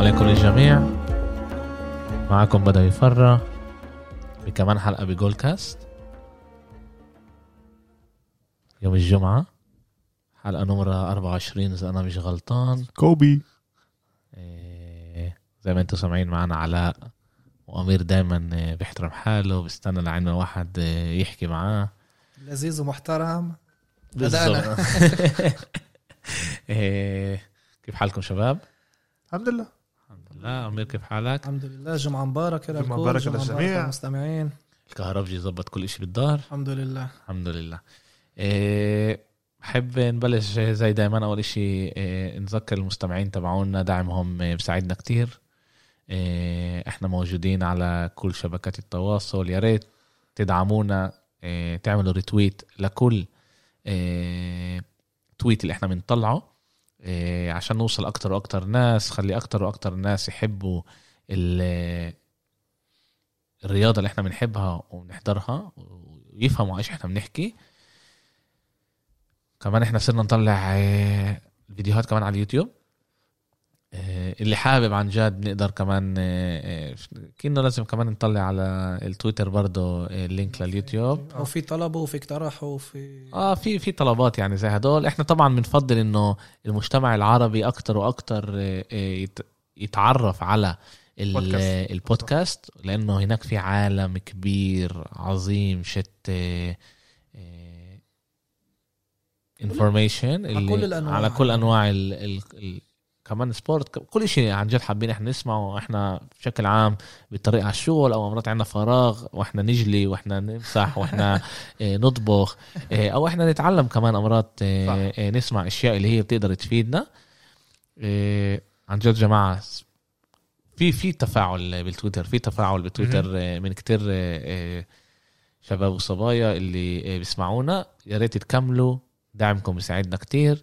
عليكم الجميع. معكم بدأ يفرّ بكمان حلقة بجول كاست يوم الجمعة، حلقة نمرة 24 إذا أنا مش غلطان. كوبي زي ما انتم سامعين معنا علاء وأمير دايما بيحترم حاله، بيستنى لعنا واحد يحكي معاه، لذيذ ومحترم. بالضبط. كيف حالكم شباب؟ الحمد لله. الحمد لله. أمير كيف حالك؟ الحمد لله. جمعة مباركة للكل، جمعة مباركة للجميع. المستمعين. الكهربجي زبط كل إشي بالدار الحمد لله. الحمد لله. بحب نبلش زي دايما أول إشي نذكر المستمعين تبعونا دعمهم بساعدنا كتير. احنا موجودين على كل شبكات التواصل، يا ريت تدعمونا، تعملوا ريتويت لكل تويت اللي احنا بنطلعه عشان نوصل اكتر واكتر ناس، خلي اكتر واكتر ناس يحبوا الرياضة اللي احنا بنحبها وبنحضرها ويفهموا ايش احنا بنحكي. كمان احنا صرنا نطلع فيديوهات كمان على اليوتيوب، اللي حابب عن جد نقدر كمان كأنه لازم كمان نطلع على التويتر برضو اللينك لليوتيوب. او في طلبوا وفي اقتراحوا وفي في طلبات يعني زي هدول. احنا طبعا بنفضل انه المجتمع العربي اكتر واكتر يتعرف على البودكاست، لانه هناك في عالم كبير عظيم شت information على كل انواع كمان سبورت، كل شيء عن جد حابين احنا نسمعه. احنا بشكل عام بالطريقة على الشغل او مرات عندنا فراغ واحنا نجلي واحنا نمسح واحنا نطبخ، او احنا نتعلم كمان امرات، نسمع اشياء اللي هي بتقدر تفيدنا. عن جد جماعة في تفاعل بالتويتر، في تفاعل بالتويتر من كتير شباب وصبايا اللي بيسمعونا. يا ريت تكملوا، دعمكم بيساعدنا كتير.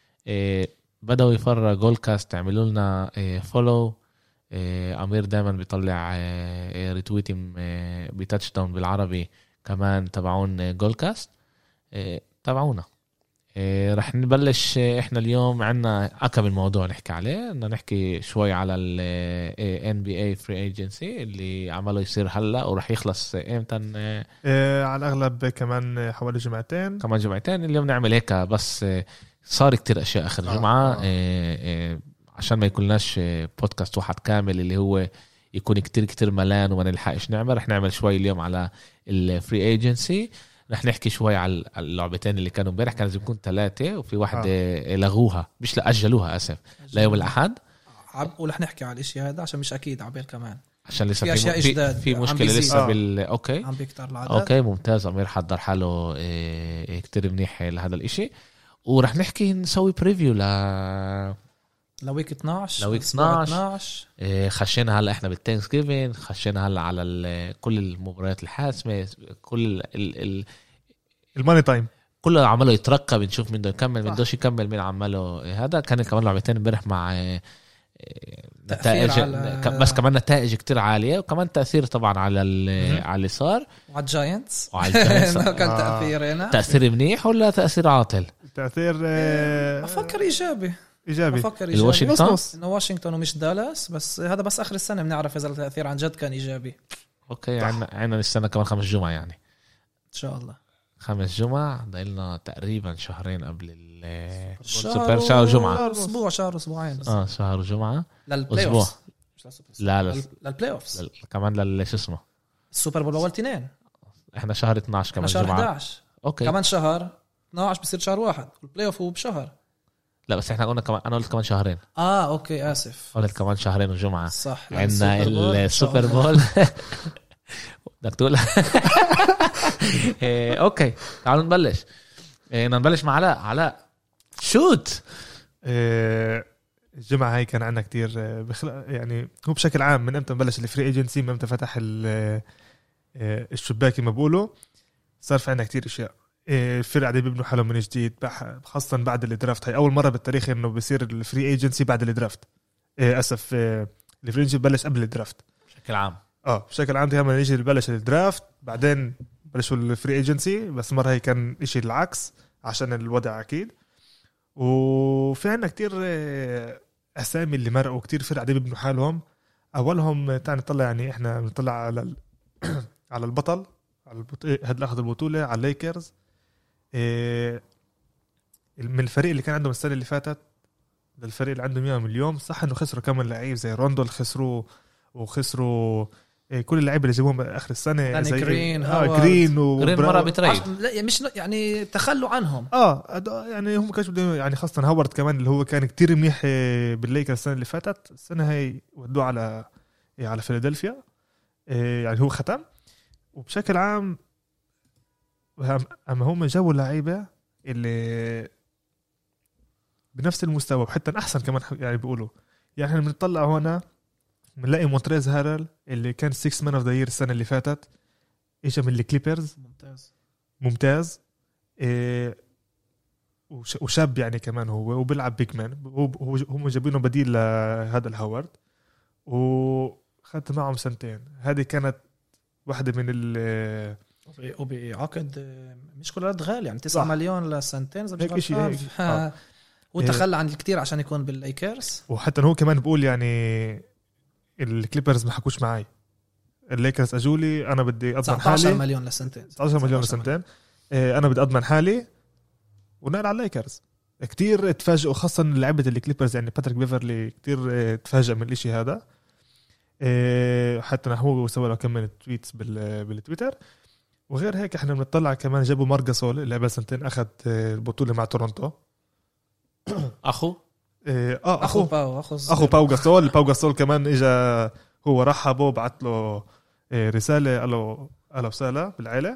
بدأوا يفرّ جول كاست، تعملوا لنا فولو. أمير دايما بيطلع ريتويتم بتاتش داون بالعربي كمان تبعون جول كاست، تابعونا. رح نبلش احنا اليوم عنا أكمل الموضوع نحكي عليه، بدنا نحكي شوي على ال NBA Free Agency اللي عمله يصير هلا ورح يخلص امتى؟ على الأغلب كمان حوالي جمعتين. اليوم نعمل هيك، بس صار كتير أشياء آخر جمعة. عشان ما يكونناش بودكاست واحد كامل اللي هو يكون كتير ملان وما نلحقش نعمل. رح نعمل شوي اليوم على الفري ايجنسي، رح نحكي شوي على اللعبتين اللي كانوا امبارح، كان لازم يكون 3 وفي واحد لغوها، مش أجلوها أسف ليوم الأحد. ورح نحكي على الاشي هذا عشان مش اكيد عبير كمان، عشان لسه في اشياء اجداد، في مشكله لسه اوكي عم بيكتر العدد. اوكي ممتاز. امير حضر حاله كتير منيح لهذا الاشي، ورح نحكي نسوي بريفيو لويك 12 لويك 12. خشينا هلا احنا بالثانكس جيفين، خشينا هلا على كل المباريات الحاسمه، كل الماني تايم كله عمله يترقب، نشوف مين بده يكمل مين بدوش يكمل، مين عمله هذا. كان كمان لعبتين امبارح مع نتائج بس كمان نتائج كتير عالية، وكمان تأثير طبعا على اللي صار وعلى الجاينتس. كان تأثير هنا، تأثير منيح ولا تأثير عاطل؟ تأثير أفكر إيجابي. أفكر الواشنطن إنه واشنطن ومش دالاس، بس هذا بس آخر السنة بنعرف إذا التأثير عن جد كان إيجابي. أوكي عنا السنة كمان 5 جمعة يعني إن شاء الله 5 جمعة، ضايلنا تقريبا شهرين قبل السوبر. شهر جمعة، أسبوع، شهر أسبوعين شهر جمعة للبلاي أوف. لا للبلاي أوفس كمان للش اسمه السوبر بول أول 2. إحنا شهر 12 كمان شهر جمعة 11. أوكي كمان شهر 12 بصير شهر 1 والبلاي أوف هو بشهر. لا بس إحنا قلنا كمان، أنا قلت كمان شهرين. أوكي آسف، قلت كمان شهرين وجمعة. صح. عندنا السوبر بول بدك تقول اوكي تعالوا نبلش. نبلش مع علاء شوت. الجمعة هاي كان عنا كتير يعني هو بشكل عام من امتى نبلش الفري ايجنسي، من امتى فتح الشباك ما بقوله، صار في عنا كتير اشياء. الفرق عادي بيبنوا حالهم من جديد، خاصة بعد الدرافت. هاي اول مرة بالتاريخ انه بيصير الفري ايجنسي بعد الدرافت. اسف، الفري ايجنسي ببلش قبل الدرافت بشكل عام. بشكل عام لما نيجي نبلش الدرافت بعدين بلشوا الفري ايجنسي، بس مرة هي كان اشي العكس عشان الوضع اكيد. وفي عنا كتير اسامي اللي مرقوا كتير فرق قاعدين بيبنوا حالهم. اولهم تعال نطلع، يعني احنا بنطلع على على البطل، على هذا اللي اخذ البطوله، على الليكرز. من الفريق اللي كان عندهم السنه اللي فاتت للفريق اللي عندهم اياهم اليوم، صح انه خسروا كمان لعيب زي روندو خسروا، وخسروا كل اللعيبه اللي جابوهم اخر السنه زي جرين جرين جرين مره بتريد، لا مش يعني تخلوا عنهم. يعني هم كانوا بدهم، يعني خاصه هاورد كمان اللي هو كان كتير منيح بالليكرز السنه اللي فاتت، السنه هي ودوه على فيلادلفيا. يعني هو ختم. وبشكل عام اما هم جابوا لعيبه اللي بنفس المستوى وحتى احسن كمان، يعني بيقولوا يعني احنا بنطلع هنا بنلاقي مونتريز هارل اللي كان 6 مان اوف ذا يير السنه اللي فاتت، اجى من الكليبرز، ممتاز. وشاب يعني كمان هو وبيلعب بيج مان، هم جايبينه بديل لهذا الهاورد، وخدت معهم 2 سنين. هذه كانت واحدة من وبعقد مش كل غالي، يعني 9 مليون لسنتين زي هيك شيء هيك. وتخلى عن الكتير عشان يكون بالليكرز. وحتى هو كمان بقول يعني الكليبرز ما حكوش معي، الليكرز اجولي انا بدي اضمن حالي 19 مليون لسنتين، 19 مليون لسنتين. انا بدي اضمن حالي ونقل على الليكرز. كتير تفاجئوا خاصة لعبة الكليبرز، يعني باتريك بيفرلي كتير تفاجئ من الاشي هذا. حتى هو سوى له كمان تويتس بالتويتر. وغير هيك احنا بنطلع كمان جابوا مارك جاسول اللي قبل 2 سنين اخذ البطولة مع تورونتو. اخو باو جاسول كمان اجا، هو رحبه بعت له رسالة قال له اهلا وسهلا بالعيلة.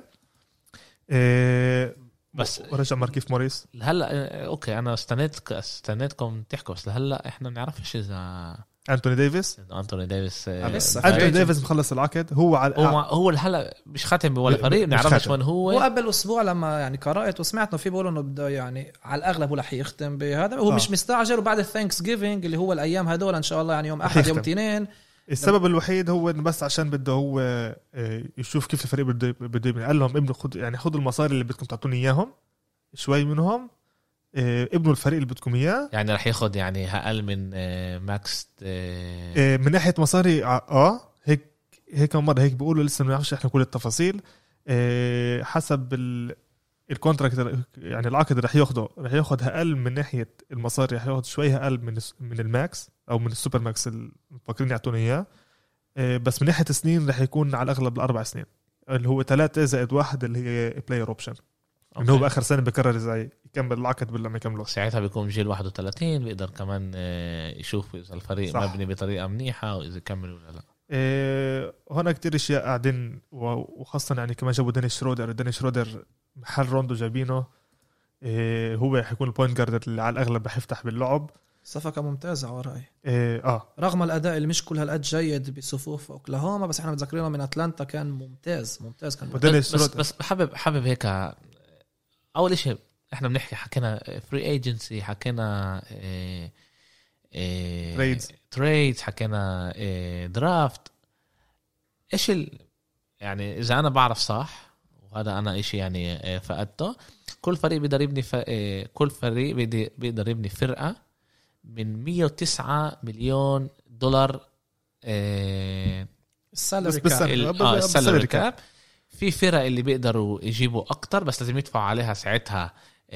بس ورجع ماركيف موريس. هلا اوكي انا استنيتكم تحكوا، بس هلا احنا ما نعرفش اذا أنتوني ديفيس مخلص العقد. هو هلا مش خاتم ولا فريق، نعرفش وين هو قبل اسبوع لما يعني قرأت وسمعت انه في بيقولوا انه بده يعني على الاغلب هو رح يختم بهذا. هو مش مستعجل، وبعد الثانكس جيفينج اللي هو الايام هدول ان شاء الله، يعني يوم احد يوم اثنين. السبب الوحيد هو بس عشان بده هو يشوف كيف الفريق بده قال لهم ابنوا خذوا المصاري اللي بدكم تعطوني اياهم شوي منهم، ابنوا الفريق اللي بدكم اياه. يعني رح ياخد يعني اقل من ماكس من ناحيه مصاري. هيك مره هيك بيقولوا، لسه ما نعرفش احنا كل التفاصيل. حسب الكونتراكت، يعني العقد رح ياخد اقل من ناحيه المصاري، رح ياخد شوي اقل من الماكس او من السوبر ماكس اللي فاكرين يعطونا اياه. بس من ناحيه السنين رح يكون على الاغلب 4 سنين، اللي هو 3+1 اللي هي بلاير اوبشن، انه هو باخر سنه بكرر اذا يكمل العقد ولا ما يكمله. ساعتها بيكون جيل 31 بيقدر كمان يشوف اذا الفريق صح. مبني بطريقه منيحه واذا يكمل ولا لا. هنا كتير اشياء قاعدين، وخاصه يعني كمان جابوا داني شرودر محل روندو جايبينه. هو حيكون البوينت جارد اللي على الاغلب رح يفتح باللعب. صفقه ممتازه على رايي. رغم الاداء اللي مش كل هالقد جيد بصفوف اوكلاهوما، بس احنا متذكرينه من اتلانتا كان ممتاز كان بس حابب هيك. اول شيء احنا بنحكي، حكينا فري ايجنسي، حكينا تريدز، حكينا درافت. ايش يعني اذا انا بعرف صح، وهذا انا اشي يعني فقدته، كل فريق بيقدر يبني كل فريق بيقدر يبني فرقة من $109 مليون السالري كاب. في فرق اللي بيقدروا يجيبوا اكتر، بس لازم يدفعوا عليها ساعتها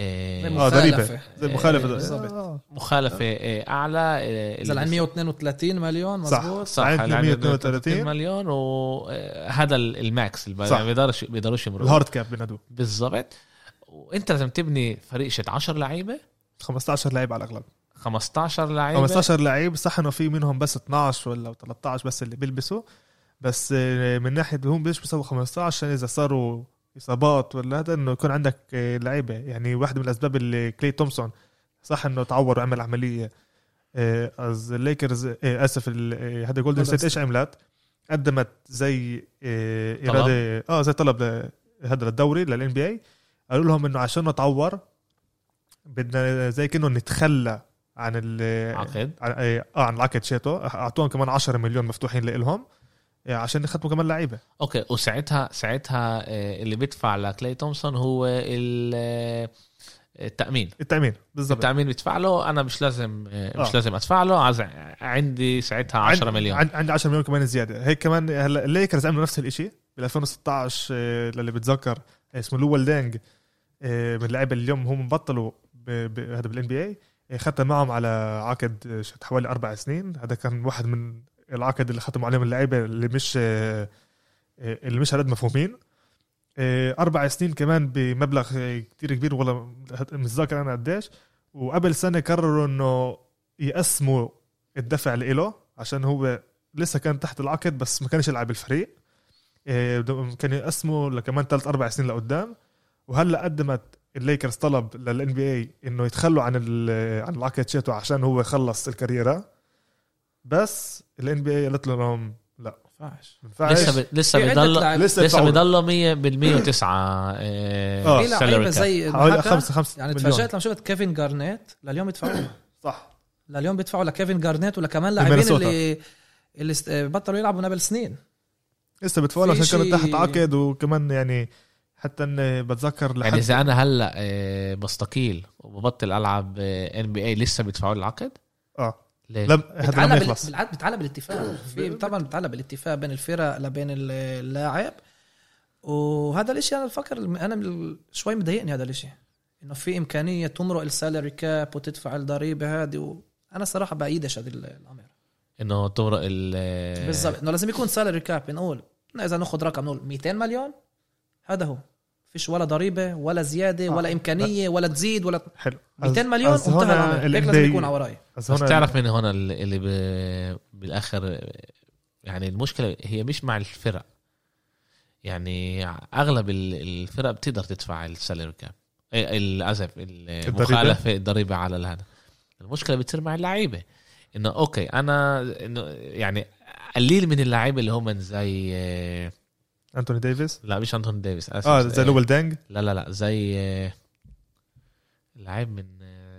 مخالفة اعلى، زي 132 مليون. مظبوط صح 132 مليون، وهذا الماكس اللي بيقدروش يمروا الهارد كاب بنادوه بالضبط. وانت لازم تبني فريق شت 10 لعيبة، 15 لعيب على الاغلب، 15 لعيب. صح انه في منهم بس 12 ولا 13 بس اللي بيلبسوا، بس من ناحيه هم بيسووا 15 عشان اذا صاروا اصابات ولا هذا انه يكون عندك لعيبه. يعني واحده من الاسباب اللي كلي تومسون صح انه تعور وعمل عمليه از الليكرز اسف هذا جولدن ستيت ايش عملت؟ قدمت زي اراده زي طلب هذا الدوري للان بي اي. قالوا لهم انه عشان نتعور بدنا زي كأنه نتخلى عن العقد عن العقد شيتو. اعطوهم كمان 10 مليون مفتوحين لهم عشان يختموا كمان لعيبه. اوكي. وساعتها اللي بيدفع لكلاي تومسون هو التأمين بالضبط. التأمين بيدفع له، أنا مش لازم أدفع له، عندي ساعتها 10 مليون، عندي 10 مليون كمان زيادة. هيك كمان هلا الليكرز عملوا نفس الاشي بال 2016 للي بتذكر اسمه لوول دانج من اللعيبة اللي اليوم هم بطلوا هذا بالان بي اي، ختم معهم على عقد حوالي 4 سنين. هذا كان واحد من العقد اللي ختموا عليهم اللعيبة اللي مش هالقد مفهومين. 4 سنين كمان بمبلغ كتير كبير، والله مش ذاكر أنا قديش. وقبل سنة قرروا إنه يقسموا الدفع له عشان هو لسه كان تحت العقد بس ما كانش يلعب الفريق، كان يقسموا لكمان 3-4 سنين لقدام. وهلا قدمت الليكرز طلب للان بي اي انه يتخلوا عن العقد شيتو عشان هو خلص الكاريرا، بس الان بي اي قالت لهم لا لسه بيضل 109 لعيبه زي حوالي 5 يعني تفاجأت لما شفت كيفن غارنيت لليوم يدفعوا صح لليوم بيدفعوا لكيفن غارنيت ولا كمان لاعبين اللي بطلوا يلعبوا قبل سنين لسه بتفعلوا عشان كانوا تحت عقد. وكمان يعني حتى ان بتذكر يعني اذا انا هلا بستقيل وببطل العب ان بي اي لسه بيدفعوا العقد بتعلق بالاتفاق في طبعا بتعلق بالاتفاق بين الفرق لبين اللاعب. وهذا الاشي انا بفكر انا شوي مضايقني هذا الاشي انه في امكانيه تمرق السالري كاب وتدفع الضريبه هذه. وانا صراحه بايدش هذا الامر انه تمرق بالضبط انه لازم يكون سالري كاب. نقول اذا ناخذ رقم نقول 200 مليون هذا هو، فيش ولا ضريبه ولا زياده ولا امكانيه ولا تزيد ولا حلو 200 مليون وانتهى الامر. هيك لازم يكون على وراي. بس تعرف من هنا اللي بالاخر يعني المشكله هي مش مع الفرق، يعني اغلب الفرق بتقدر تدفع السالري كاب المخالفه الضريبه على هذا. المشكله بتصير مع اللعيبه انه اوكي انا انه يعني قليل من اللعيبه اللي هم زي أنتوني ديفيس. لا مش أنتوني ديفيس زي لوول دانج. لا زي لعيب من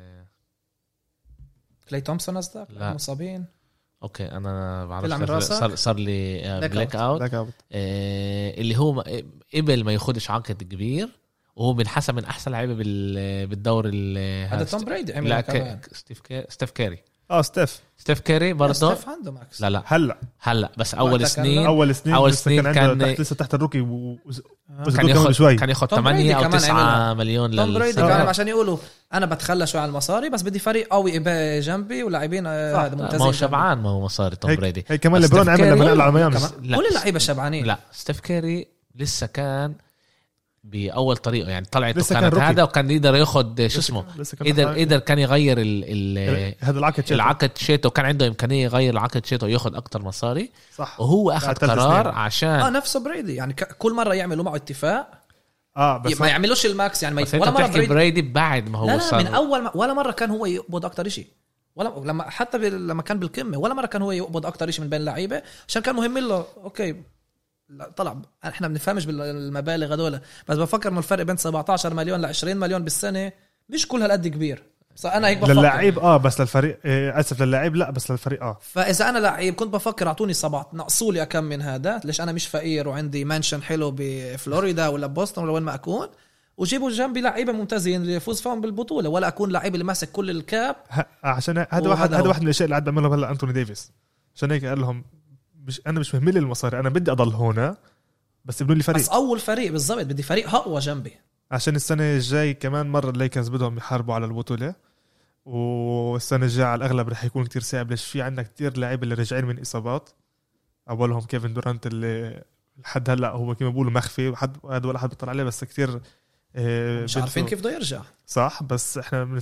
كلاي تومسون قصدك مصابين. اوكي انا بعرف صار لي بلاك اوت اللي هو قبل ما ياخدش عقد كبير وهو بنحسب من احسن لعيبه بالدور هذا توم بريدي عمل كمان ستيف كاري. ستيف كاري برضه ستيف عنده ماكس. لا هلا بس اول سنين كان لسه تحت الروكي كان ياخد 8 أو 9 مليون توم بريدي كان عشان يقولوا انا بتخلى شوي على المصاري بس بدي فريق قوي جنبي ولاعبين هذا ممتازين. ما هو شبعان ما هو مصاري توم بريدي. هي كمان ليبرون عمل لما نقل على ميامي كل اللعيبه شبعانين. لا ستيف كاري لسه كان بأول طريقه يعني طلعت كانت هذا وكان يقدر ياخد شو اسمه قدر كان يغير هذا العقد شيتو كان عنده إمكانية يغير العقد شيتو وياخد أكتر مصاري صح. وهو أخذ قرار عشان نفسه بريدي يعني كل مرة يعملوا معه اتفاق بس ما يعملوش الماكس يعني ولا مرة بريدي بعد ما هو لا من أول ولا مرة كان هو يقبض أكتر إشي ولا لما حتى لما كان بالقمة ولا مرة كان هو يقبض أكتر إشي من بين اللعيبة عشان كان مهم له أوكي طلع. احنا بنفهمش بالمبالغ هذول بس بفكر انه الفرق بين 17 مليون ل 20 مليون بالسنه مش كل هالقد كبير. بس انا هيك بفكر للاعب بس للفريق اسف للاعب لا بس للفريق فاذا انا لعيب كنت بفكر اعطوني 7 نقصوا لي كم من هذا ليش انا مش فقير وعندي مانشن حلو بفلوريدا ولا بوسطن ولا وين ما اكون وجيبوا جنبي لعيبه ممتازين اللي يفوز فيهم بالبطوله ولا اكون لعيب اللي ماسك كل الكاب عشان هذا واحد من الاشياء اللي قاعد بعملهم هلا أنتوني ديفيس. عشان هيك قال لهم انا مش مهم لي المصاري انا بدي اضل هنا بس يبنوا لي فريق بس اول فريق بالضبط بدي فريق اقوى جنبي عشان السنه الجاي كمان مره الليكرز بدهم يحاربوا على البطوله والسنه الجايه على الاغلب رح يكون كتير صعب ليش في عندنا كتير لاعبين اللي راجعين من اصابات اولهم كيفن دورانت اللي لحد هلا هو كما بيقولوا مخفي هذا ولا حد بيطلع عليه بس كتير مش عارفين كيف بده يرجع صح. بس احنا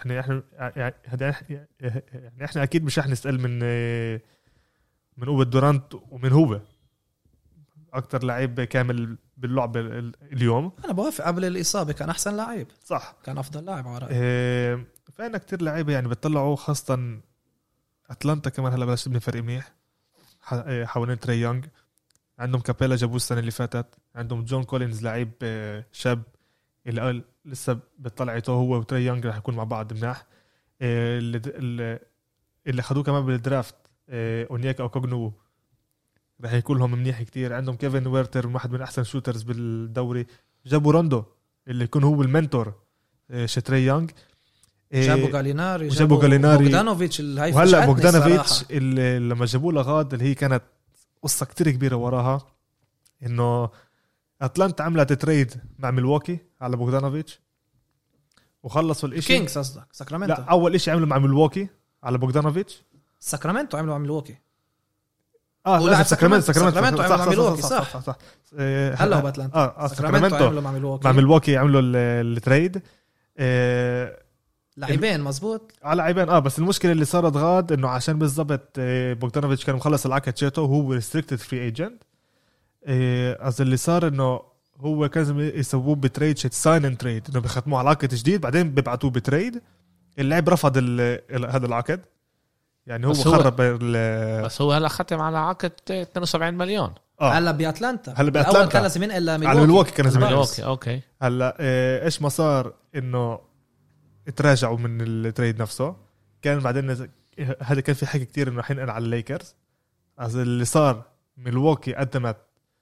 احنا اكيد مش رح نسال من قوة دورانت ومن هو أكتر لعيب كامل باللعب اليوم. أنا بوافق قبل الإصابة كان أحسن لعيب صح كان أفضل لاعب على رأيي. فأنا كتير لعيبة يعني بتطلعوا خاصة أتلانتا كمان هلا بلش تبني فريق منيح حوالين تري يونغ. عندهم كابيلا جابوه السنة اللي فاتت. عندهم جون كولينز لعيب شاب اللي قال لسه بتطلعته هو وتري يونغ رح يكون مع بعض مناح. اللي خدوه كمان بالدرافت اونياكا او كوغنو رح يكون لهم منيح كتير. عندهم كيفن ويرتر واحد من احسن شوترز بالدوري. جابوا روندو اللي يكون هو المنتور شتري يونغ. جابوا جاليناري وجابوا جاليناري بوغدانوفيتش اللي هي وهلا بوغدانوفيتش اللي لما جابوا له غاد اللي هي كانت قصة كتير كبيرة وراها إنه أتلانتا عملت تريد مع ميلواكي على بوغدانوفيتش وخلصوا الاشي. كينجز قصدك ساكرامنتو؟ لا أول إشي عملوا مع ميلواكي على بوغدانوفيتش. ساكرامنتو عملوا مع ميلواكي. لا ساكرامنتو عملوا مع ميلواكي صح. هلا باتلانتا. ساكرامنتو عملوا مع ميلواكي عملوا التريد. لاعبين مزبوط على لاعبين بس المشكله اللي صارت غاد انه عشان بالضبط بوغدانوفيتش كان مخلص العقد شيته وهو ريستريكتد فري ايجنت. اللي صار انه هو كان يسووه بتريد شيت ساين اند تريد انه بيختموه على عقد جديد بعدين بيبعتوه بتريد. اللاعب رفض هذا العقد يعني هو خرب بس هو هلا ختم على عقد 72 مليون. هلا باتلانتا اول كان لازم ينقل على ميلواكي كان لازم اوكي. هلا ايش ما صار انه تراجعوا من التريد نفسه. كان بعدين هذا كان في حكي كتير انه حينقل على الليكرز. اللي صار ميلواكي قدمت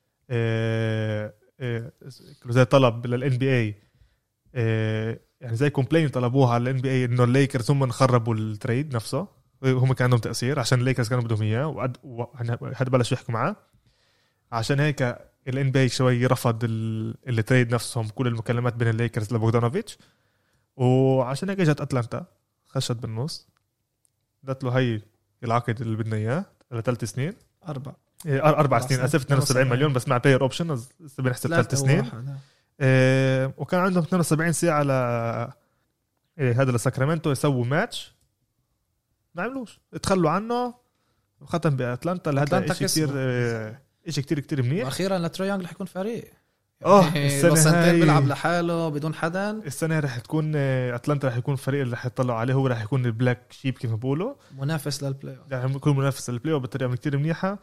زي طلب للان بي اي يعني زي كومبلين طلبوها على الان بي اي انه الليكرز هم خربوا التريد نفسه. هم كان عندهم تأثير عشان الليكرز كانوا بدهم اياه وهذا بلش يحكوا معاه. عشان هيك الان بي اي شوي رفض التريد نفسهم كل المكالمات بين الليكرز لبوغدانوفيتش. وعشان هيك اجت اتلانتا خشت بالنص دت له هي العقد اللي بدنا اياه ل3 سنين 4 سنين اسف 72 مليون بس مع باير اوبشن بنحسب 3 سنين. وكان عندهم 72 ساعه ل هذا لساكرامنتو يسووا ماتش ما عملوش تخلوا عنه وختم باتلانتا. لهذا شيء كتير منيح. واخيرا لتريانج رح يكون فريق السنة هاي بيلعب لحاله بدون حدا. السنة رح تكون أتلانتا رح يكون فريق اللي رح يطلعوا عليه هو رح يكون البلاك شيب كيف ما بقولوا منافس للبلاي رح يكون منافس للبلاي بطريقة كتير منيحة.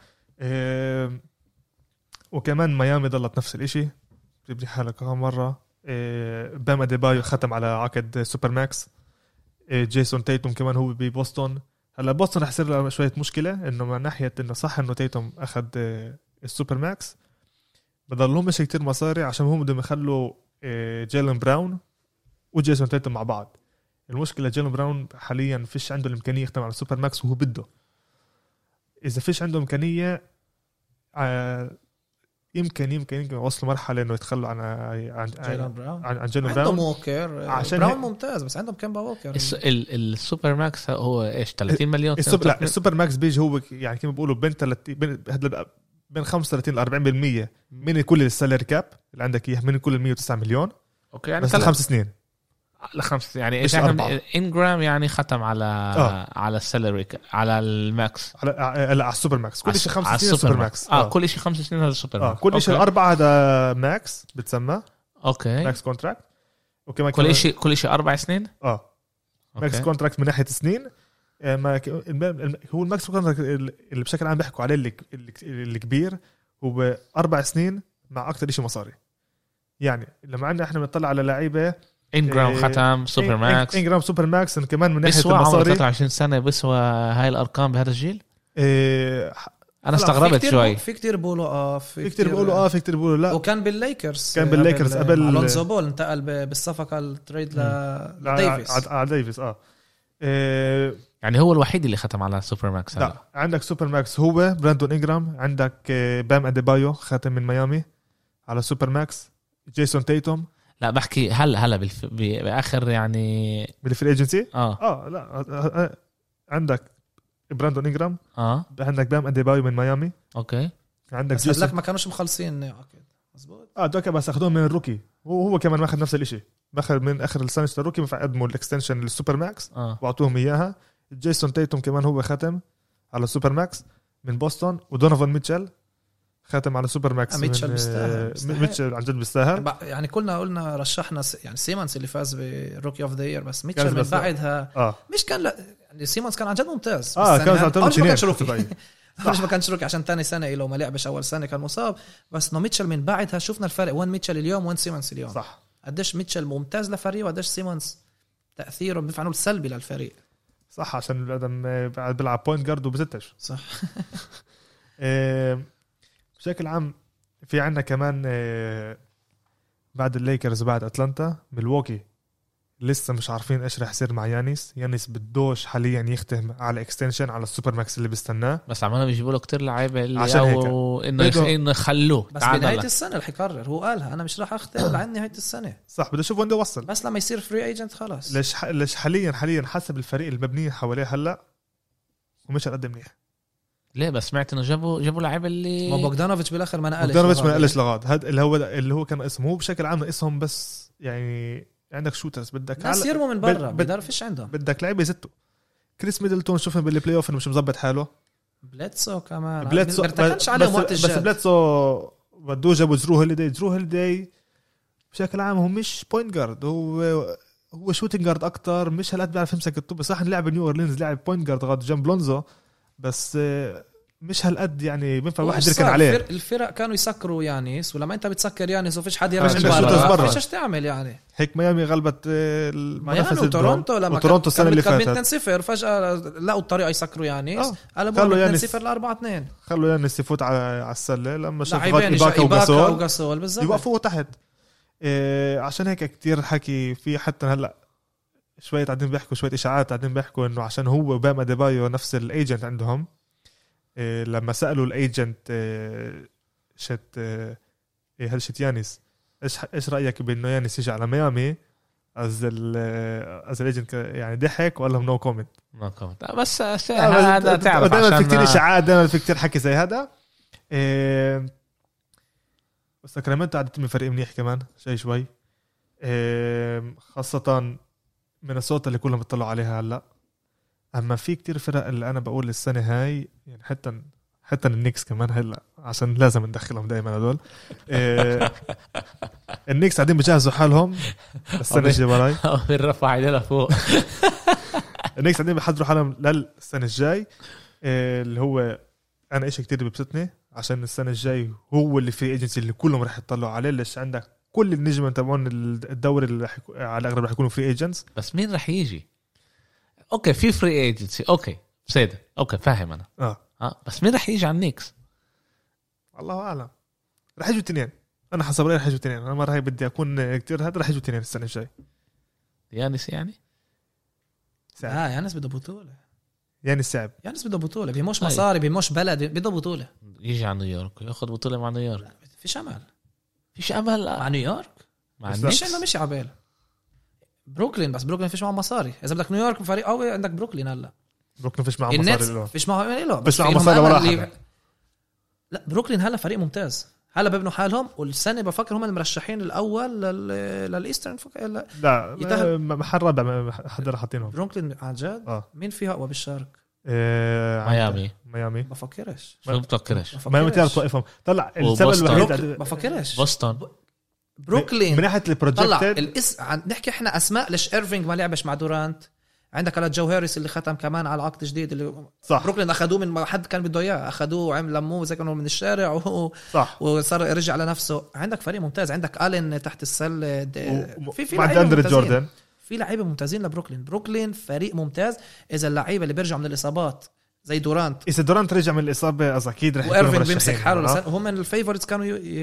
وكمان ميامي ضلت نفس الاشي بتبني حالك كم مرة. بام أديبايو ختم على عقد سوبر ماكس. جيسون تيتوم كمان هو ببوسطن. هلا بوسطن رح يصير له شوية مشكلة إنه من ناحية إنه صح إنه تيتوم أخذ السوبر ماكس بضلهم مش كتير مصاري عشان هم بدهم يخلوا جيلن براون وجيسون تيتوم مع بعض. المشكلة جيلن براون حاليا فيش عنده الإمكانية يختم على السوبر ماكس وهو بده. إذا فيش عنده إمكانية يمكن يوصلوا مرحلة إنه يتخلوا عن جيلن براون. عن جيلن براون. عندهم ووكر عشان براون ممتاز بس عندهم كمبا ووكر. السوبر ماكس هو إيش 30 مليون. السوبر ماكس بيجي هو يعني كما بيقولوا بين 35 ل 40% من كل السالري كاب اللي عندك اياه من كل 109 مليون. اوكي يعني بس 5 سنين ل5 يعني ايش انجرام يعني ختم على على السالري على الماكس على السوبر ماكس كل شيء 5 سنين سوبر ماكس. كل شيء 5 سنين هذا السوبر ماكس. كل شيء 4 هذا ماكس بتسمى اوكي ماكس كونتراكت. وكمان كل شيء 4 سنين ماكس كونتراكت من ناحيه سنين. هو الماكس كونتراكت اللي بشكل عام بيحكوا عليه اللي كبير هو 4 سنين مع اكتر شيء مصاري. يعني لما عندنا احنا بنطلع على لعيبه انجرام ختم سوبر ماكس. انجرام سوبر ماكس كمان من ناحيه المصاري 23 سنه بيسوى هاي الارقام بهذا الجيل. انا استغربت شوي. في كتير بيقولوا في كتير بيقولوا لا. وكان بالليكرز قبل الونزو بول انتقل بالصفقه التريد لديفيس على ديفيس يعني هو الوحيد اللي ختم على سوبر ماكس. لا عندك سوبر ماكس هو براندون إنجرام. عندك بام أديبايو ختم من ميامي على سوبر ماكس. جيسون تيتوم لا بحكي هلا باخر يعني بالفري ايجنسي لا عندك براندون إنجرام عندك بام أديبايو من ميامي. اوكي عندك جيسون لك ما كانوش مخلصين عقد مزبوط. دوكا بس اخذوهم من الروكي وهو كمان ماخذ نفس الاشي ماخذ من اخر السنه الروكي فقدموا الاكستنشن للسوبر ماكس واعطوهم اياها. جيسون تيتوم كمان هو ختم على السوبر ماكس من بوسطن. ودونوفان ميتشل ختم على سوبر ماكس. ميتشل ميتشل عن جد بيستاهل. يعني قلنا رشحنا يعني سيمونز اللي فاز بالروكي اوف ذا يير بس ميتشل من بعدها مش كان يعني سيمونز كان عن جد ممتاز مش ما كانش روكي عشان تاني سنة إله ما لعبش أول سنة كان مصاب. بس إنه ميتشل من بعدها شفنا الفرق وين ميتشل اليوم وين سيمونز اليوم. صح قديش ميتشل ممتاز لفريق وقديش سيمونز تأثيره بيفعله السلبي للفريق. صح عشان الأدم بيلعب بوينت جارد وبزتش. صح. بشكل عام في عنا كمان بعد الليكرز بعد أتلانتا ميلواكي لسه مش عارفين ايش رح يصير مع يانيس بدوش حاليا يختم على اكستنشن على السوبر ماكس اللي بيستناه، بس عمالهم بيجيبوا له كتير لعيبه اللي عشان هيك. انه يخلوه بس بنهايه السنه رح يقرر. هو قالها انا مش رح اختم لعند نهايه السنه، صح بده اشوف وين بده يوصل. بس لما يصير فري ايجنت خلاص. ليش حاليا حسب الفريق المبني حواليه هلا ومش قد منيح. ليه بس سمعت انه جابوا لعيبه اللي ما بوغدانوفيتش بالاخر ما نقلش. بوغدانوفيتش ما نقلش لغاد. هذا اللي هو كان اسمه، هو بشكل عام اسمهم بس يعني عندك شوترز بدك ناس يرموا من برا بيقدر فيش عندهم، بدك لعيبه يزتوا. كريس ميدلتون شوفهم بالبلاي اوف انه مش مظبط حاله. بليتسو كمان بليتسو عليهم وقت الجد. بس بليتسو بدو جابوا جرو هوليداي بشكل عام هو مش بوينت جارد، هو شوتنج جارد اكتر، مش هالقد بيعرف يمسك الطوبه. صح لعب نيو اورلينز لعب بوينت جارد غاد جنب لونزو، بس مش هالقد يعني بينفع واحد يركن عليه. الفرق كانوا يسكروا يانيس، ولما انت بتسكر يانيس وفيش حد عندك يرمي برا فيش ايش تعمل يعني. هيك ميامي غلبت ميامي وتورونتو لما وتورونتو السنه اللي فاتت 2-0 فجاه لقوا الطريقه يسكروا يانيس، قالوا 2-0 ل4-2 خلوا يانيس يفوت على السله لما شاف إباكا وغاسول بالضبط يوقفوه تحت. عشان هيك كتير حكي في حتى هلا شويه قاعدين بيحكوا شويه اشاعات قاعدين بيحكوا انه عشان هو باما ديبايو نفس الايجنت عندهم. لما سالوا الايجنت هل شت يانيس ايش رايك بانه يانيس يجي على ميامي از الايجنت يعني ضحك ولا نو كومنت. بس هذا تعرف دائما في كتير اشاعات دائما في كتير حكي زي هذا. بس ساكرامنتو قاعد تتم فريق منيح كمان شوي خاصة مينيسوتا اللي كلهم بيطلعوا عليها هلا. اما في كتير فرق اللي انا بقول السنة هاي يعني حتى النيكس كمان هلا عشان لازم ندخلهم دائما هدول. النيكس قاعدين بيجهزوا حالهم السنة الجاي بالرفع علينا فوق. النيكس قاعدين بيحضروا حالهم للسنة الجاي اللي هو انا اشي كتير ببسطني عشان السنة الجاي هو اللي في ايجنسي اللي كلهم رح يطلعوا عليه. ليش عندك كل النجم تبعون الدوري اللي على الاغلب رح يكونوا فري ايجنتس. بس مين رح يجي؟ اوكي في فري ايجنسي اوكي سيدة اوكي فاهم انا بس مين رح يجي على النيكس؟ الله اعلم. رح يجوا اثنين انا حسب رايي رح يجوا اثنين. انا مرة هاي بدي اكون كتير هذا رح يجوا اثنين السنة الجاي. يانس يعني يانس بده بطولة. يانس بده بطولة بيموش مصاري بيموش بلد بده بطولة. يجي على نيويورك ياخذ بطولة مع نيويورك. فيش امل مع نيويورك مش عبال بروكلين. بس بروكلين فيش معهم مصاري. اذا بدك نيويورك فريق قوي عندك بروكلين. هلا بروكلين فيش معهم مصاري فيش معهم بس معهم مصاري ولا حدا. لا بروكلين هلا فريق ممتاز. هلا ببنوا حالهم والسنه بفكر هم المرشحين الاول للايسترن لا محل رابع حدا حاطينهم بروكلين عن جد. مين فيها اقوى بالشرق؟ ميامي بفكرش شو بتفكرش ميامي تعرف توقفهم. طلع السبب الوحيد بفكرش بوسطن بروكلين من ناحيه البروجكتد. نحكي احنا اسماء. ليش ايرفينج ما لعبش مع دورانت؟ عندك على جو هاريس اللي ختم كمان على عقد جديد اللي صح. بروكلين اخذوه من حد كان بده اياه اخذوه وعمل لموه زي كانوا من الشارع صح. وصار يرجع لنفسه. عندك فريق ممتاز. عندك آلين تحت السله في لعيبه جوردن. في لعيبه ممتازين بروكلين فريق ممتاز. اذا اللعيبه اللي بيرجعوا من الاصابات زي دورانت اذا دورانت رجع من الاصابه اكيد رح يكون وإيرفينج بيمسك حاله هم من الفيفوريتس كانوا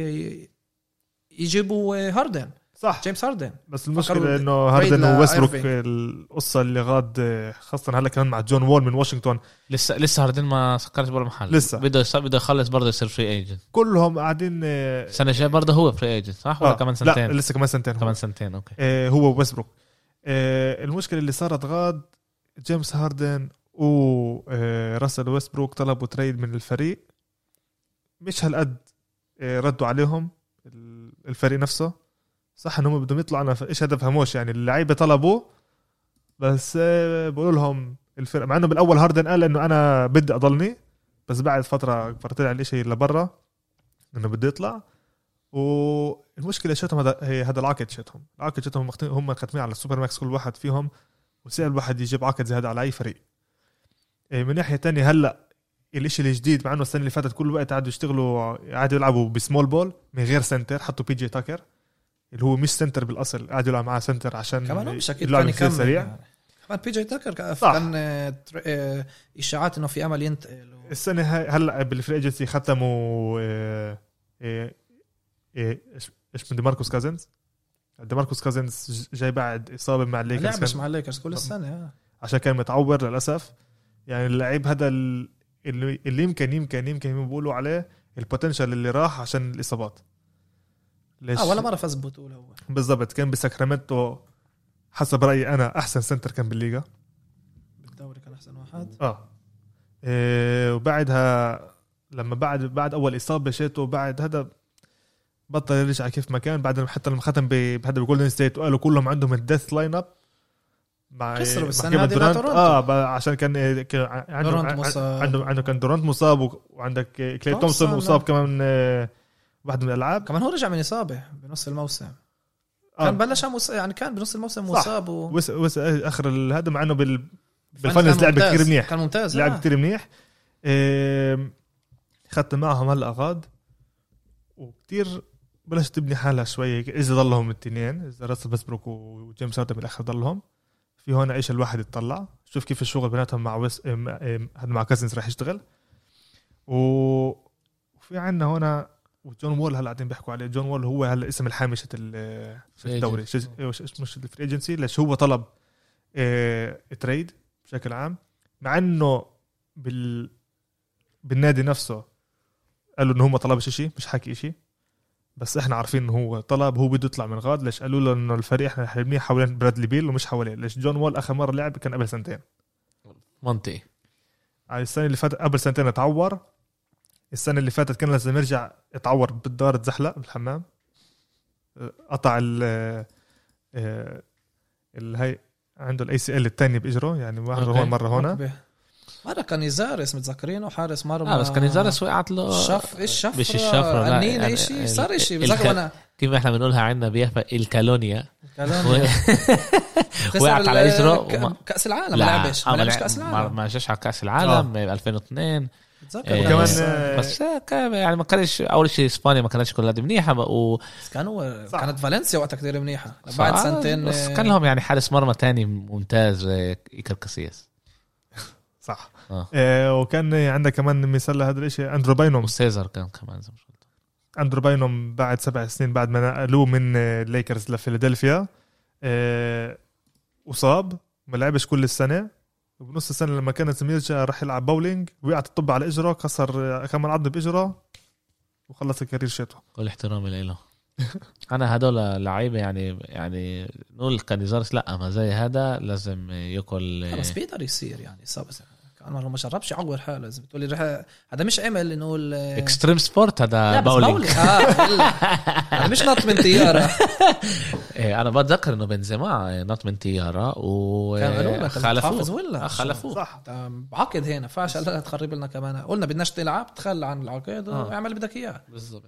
يجيبوا هاردن. صح جيمس هاردن. بس المشكله انه هاردن وويستبروك القصه اللي غاد خاصه هلا كمان مع جون وول من واشنطن. لسه هاردن ما سكرش ولا محل. لسه بده يخلص برضه يصير فري ايجنت. كلهم قاعدين السنه الجايه برضه هو فري ايجنت صح ولا كمان سنتين؟ لا لسه كمان سنتين اوكي. هو ويستبروك. المشكله اللي صارت غاد جيمس هاردن وراسل ويستبروك طلبوا تريد من الفريق مش هالقد ردوا عليهم الفريق نفسه. صح انهم بدهم يطلعوا انا ايش هذا فهموش يعني اللعيبه طلبوا بس بقولوا لهم الفرق مع انه بالاول هاردن قال انه انا بدي اضلني بس بعد فتره طلع الاشي لبرا انه بده يطلع. والمشكله شتهم هذا العقد شتهم هم ختمين على السوبر ماكس كل واحد فيهم وسأل الواحد يجيب عقد زي هذا على اي فريق. من ناحيه تانية هلا الاشي الجديد مع انه السنه اللي فاتت كل وقت قعدوا يشتغلوا قعدوا يلعبوا بسمول بول من غير سنتر. حطوا بي جي تاكر اللي هو مش سنتر بالاصل قاعد يلعب معاه سنتر عشان كمان مش اكيد كان يكمل سريع. كمان بي جي تاكر كان اشاعات انه في امل ينتقل السنه هلا بالفري ايجنسي ختموا ايش من دي ماركوس كازنز ديماركوس كازنز جاي بعد إصابة مع الليكرز، لعبش مع الليكرز كل السنة عشان كان متعور للأسف. يعني اللعيب هذا اللي يمكن بيقولوا عليه البوتنشال اللي راح عشان الإصابات. ليش ولا مرة فاز بطولة هو بالضبط. كان بساكرامنتو حسب رأيي أنا أحسن سنتر كان بالليغا، بالدوري كان أحسن واحد. وبعدها لما بعد أول إصابة شيته بعد هذا بطل يرجع كيف ما كان. بعد حتى لما ختم بهذا بجولدن ستيت وقالوا كلهم عندهم الديث لاين اب مع خسروا بالسنة هذه مع تورونتو. عشان كان عنده كان دورانت مصاب، وعندك كلي تومسون مصاب كمان واحد من الألعاب. كمان هو رجع من إصابة بنص الموسم. كان بلش يعني كان بنص الموسم مصاب وس آخر هذا مع إنه بالفاينلز لعب كتير منيح. كان ممتاز. لعب كتير منيح. ختم معهم هلا غاد وكتير بلش تبني حالها شوي. إذا ضلهم التنين، إذا راسل بيسبروك وجيمس هاردن بالآخر ضلهم في هون إيش الواحد يتطلع شوف كيف الشغل بيناتهم مع هذا مع كازنز راح يشتغل. وفي عنا هنا وجون وول هلا قاعدين بيحكوا عليه. جون وول هو هلا اسم الحامشة الدوري مش الفري ايجنسي، ليش هو طلب تريد بشكل عام، مع انه بالنادي نفسه قالوا انه هو ما طلبش شيء، مش حكي شيء، بس احنا عارفين انه هو طلب. هو بده يطلع من غاد. ليش قالوا له انه الفريق احنا حابين حوالين برادلي بيل ومش حواليه. ليش جون وول اخر مره لعب كان قبل سنتين منطقي. على السنه اللي فاتت قبل سنتين اتعور. السنه اللي فاتت كان لازم يرجع يتعور بالدار، اتزحلق بالحمام، قطع هي عنده الACL الثاني باجره. يعني مره هنا مرة كان يزارس متذكرينه حارس مرمى. بس كان يزارس وقعت له الشفرة مش الشفرة لا يعني شيء صار شيء بذكر أنا كيف احنا بنقولها عندنا بيافا الكالونيا وقعت على اجره كأس العالم. ما لعبش كأس العالم، ما جاش على كأس العالم 2002 كمان. بس يعني ما كانش اول شيء اسبانيا ما كانتش كلها منيحه كانت فالنسيا وقتها كثير منيحه بعد سنتين. بس كان لهم يعني حارس مرمى تاني ممتاز إيكر كاسياس صح. وكان عندك كمان مثال لهذا الشيء اندرو باينوم وسيزر كان كمان زي ما قلت. اندرو باينوم بعد 7 سنين بعد ما نقلوه من الليكرز لفيلادلفيا وصاب ما لعبش كل السنه. وبنص السنه لما كانت يرجع راح يلعب باولينج وقعت الطب على اجره، كسر كمان عظم باجره وخلص الكارير شيته. كل احترامي له. انا هدول لعيبه يعني نقول كانيزارس لا ما زي هذا لازم ياكل. بس بيقدر يصير يعني صعب انا ما جربش يعور حاله. اذا بتقولي رح هذا مش عمل انه اكستريم سبورت هذا باولينج. هذا مش نط من طياره. انا بتذكر انه بنزيما نط من طياره خلفوه صح. بعقد هنا فاش لا تخرب لنا كمان. قلنا بدناش نلعب تخلى عن العقد واعمل اللي بدك اياه بالضبط.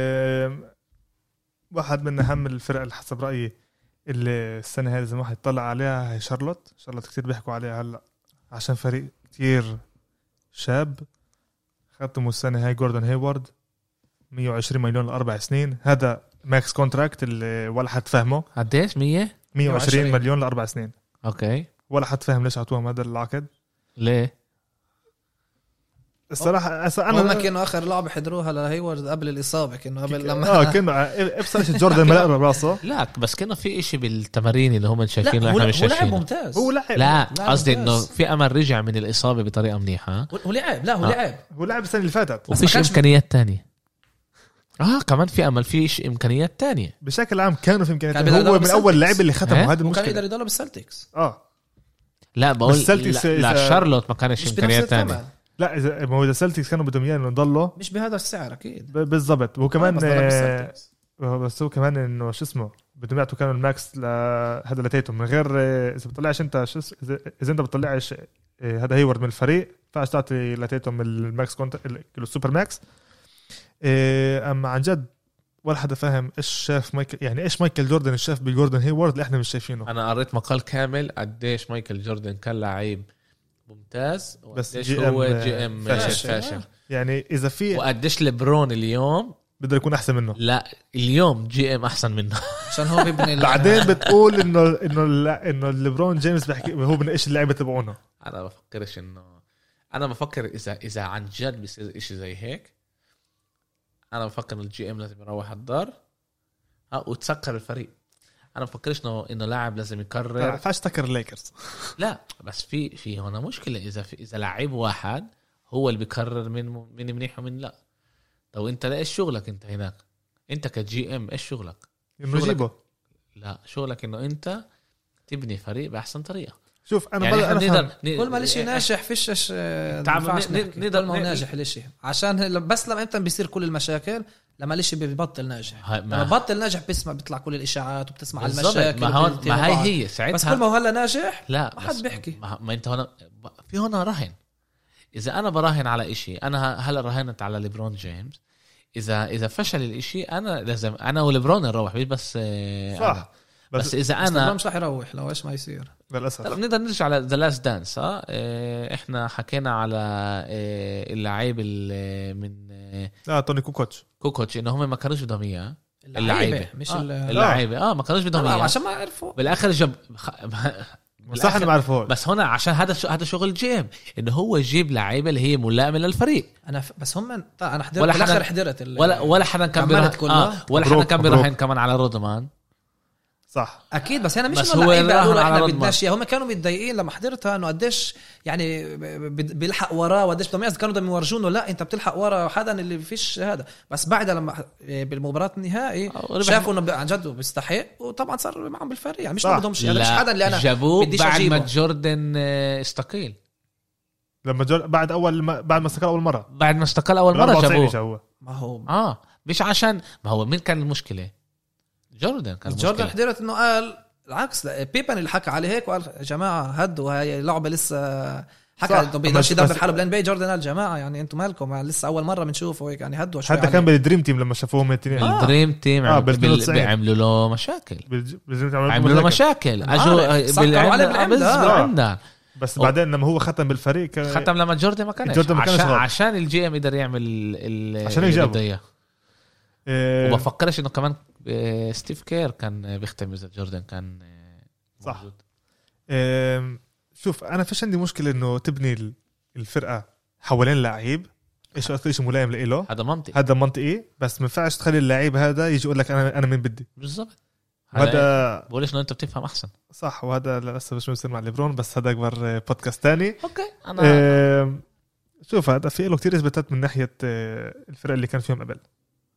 واحد من اهم الفرق اللي حسب رايي اللي السنه هذه زي ما يطلع عليها هي شارلوت كتير بيحكوا عليها هلا عشان فريق كتير شاب. ختموا السنه هاي جوردن هيوارد 120 مليون ل4 سنين. هذا ماكس كونتراكت اللي ولا حد فهمه. قديش 120 مليون ل4 سنين. اوكي ولا حد فهم ليش عطوهم هذا العقد. ليه الصراحه انا ما كانوا اخر لعبه حضروها لهيوارد قبل الاصابه كانوا قبل لما كانوا ابصرش جوردن ملأ براسه. لا بس كانوا في إشي بالتمارين اللي هم شايفينه احنا مش شايفينه. هو لعب ممتاز. هو لعب. لا قصدي انه في امل رجع من الاصابه بطريقه منيحه. هو لعب هو لعب السنه اللي فاتت وفيش امكانيات تانية. كمان في امل فيش امكانيات تانية بشكل عام. كانوا في امكانيات. هو من اول لاعب اللي ختموا هذا المشكله. كان يقدر يضل بالسلتكس. لا بقول لا شارلوت ما كانش امكانيات تانية. لا اذا ما هو السلتكس كانوا بدهم اياه انه يضلوا مش بهذا السعر اكيد. بالضبط. وكمان بس هو كمان انه شو اسمه بدهم يعطوا كانوا الماكس لهذا لتيتم من غير اذا بتطلعش انت اذا انت بتطلعش هذا هيورد من الفريق فاش تعطي لتيتم الماكس كونت السوبر ماكس. اما عن جد ولا حدا فاهم ايش شاف مايكل. يعني ايش مايكل جوردن شاف بجوردن هيورد اللي احنا مش شايفينه. انا قريت مقال كامل قديش مايكل جوردن كان لعيب ممتاز بس هو جي ام فاشل. يعني اذا في وقديش ليبرون اليوم بده يكون احسن منه. لا اليوم جي ام احسن منه عشان هو بيبني بعدين بتقول انه ليبرون جيمس بيحكي هو من ايش اللعيبه تبعونه. انا بفكرش انه انا بفكر اذا عن جد بيصير شيء زي هيك. انا بفكر ان الجي ام لازم يروح الدار وتسكر الفريق. انا بفكرش انه لاعب لازم ما يكرر. ينفعش تكر الليكرز. لا بس في هنا مشكله، اذا لاعب واحد هو اللي بيقرر مين منيح ومين لا. طب انت ايش شغلك انت هناك؟ انت كجي ام ايش شغلك؟ انه يجيبه. لا شغلك انه انت تبني فريق باحسن طريقه. شوف انا يعني أنا كل ما الاشي ناجح فيش نقدر ما ناجح الاشي عشان بس لما امتى بيصير كل المشاكل لما الاشي بيبطل ناجح. لما بطل ناجح بيطلع كل الاشاعات وبتسمع المشاكل. ما هي ساعتها بس كل ما هو هلا ناجح لا ما حد بيحكي. ما انت هنا في هنا رهن. اذا انا براهن على اشي، انا هلا راهنت على ليبرون جيمس، اذا فشل الاشي انا لازم انا وليبرون نروح بس صح. بس اذا انا مش رح يروح لو ايش ما يصير للاسف. نقدر نرجع على ذا لاست دانس. احنا حكينا على اللعيب من توني كوكوتش انه هم ما كانوش بدهم اياه. اللعيبه مش اللعيبه ما كانوش بدهم اياه عشان ما عرفوا بالاخر جاب صح انا ما اعرفه. بس هنا عشان هذا شغل جيم انه هو يجيب لعيبه اللي هي ملائمه للفريق. بس هم انا حضرت بالاخر حضرت ولا حدا كان ولا حدا كان بيراهن كمان على رودمان. صح اكيد بس انا مش بس انه هو اللعيبه قالوا احنا رودمان. بدناش اياه. هم كانوا متضايقين لما حضرتها انه قديش يعني بيلحق وراه وقديش بدهم كانوا بدهم يورجونه لا انت بتلحق ورا حدا اللي فيش هذا. بس بعدها لما بالمباراه النهائي شافوا انه عن جد بيستحق وطبعا صار معهم بالفريق. يعني مش بدهمش يعني مش حدا اللي انا جابوه بديش بعد أجيبه. ما جوردن استقيل. لما بعد ما استقال اول مره جابوه. ما هو مش عشان ما هو مين كان المشكله؟ جوردن حضرت انه قال العكس. لا بيبان اللي حكى عليه هيك وقال يا جماعه هدوا هاي اللعبه لسه حكى انه بيقدرش يدبر حاله بلان بي. جوردن قال جماعه يعني انتم مالكم لسه اول مره بنشوفه هيك يعني هدوا شوي. حتى كان بالدريم تيم لما شافوهم الاثنين الدريم تيم بيعملوا له مشاكل. عملوا له مشاكل اجوا بس بعدين لما هو ختم بالفريق ختم لما جوردن ما كانش عشان الجي ام يقدر يعمل عشان يجيبه. وبفكرش انه كمان ستيف كير كان بيختم اذا جوردن كان صح. شوف انا فيش عندي مشكله انه تبني الفرقه حوالين لعيب ايش اكثر شيء ملائم له. هذا منطقي بس ما ينفعش تخلي اللعيب هذا يجي يقول لك انا من بدي بالضبط. هذا بقولش انه انت بتفهم احسن صح. وهذا للاسف مش بيصير مع ليبرون بس هذا اكبر بودكاست تاني. اوكي انا شوف هذا في له كتير اثباتات من ناحيه الفرق اللي كان فيهم قبل.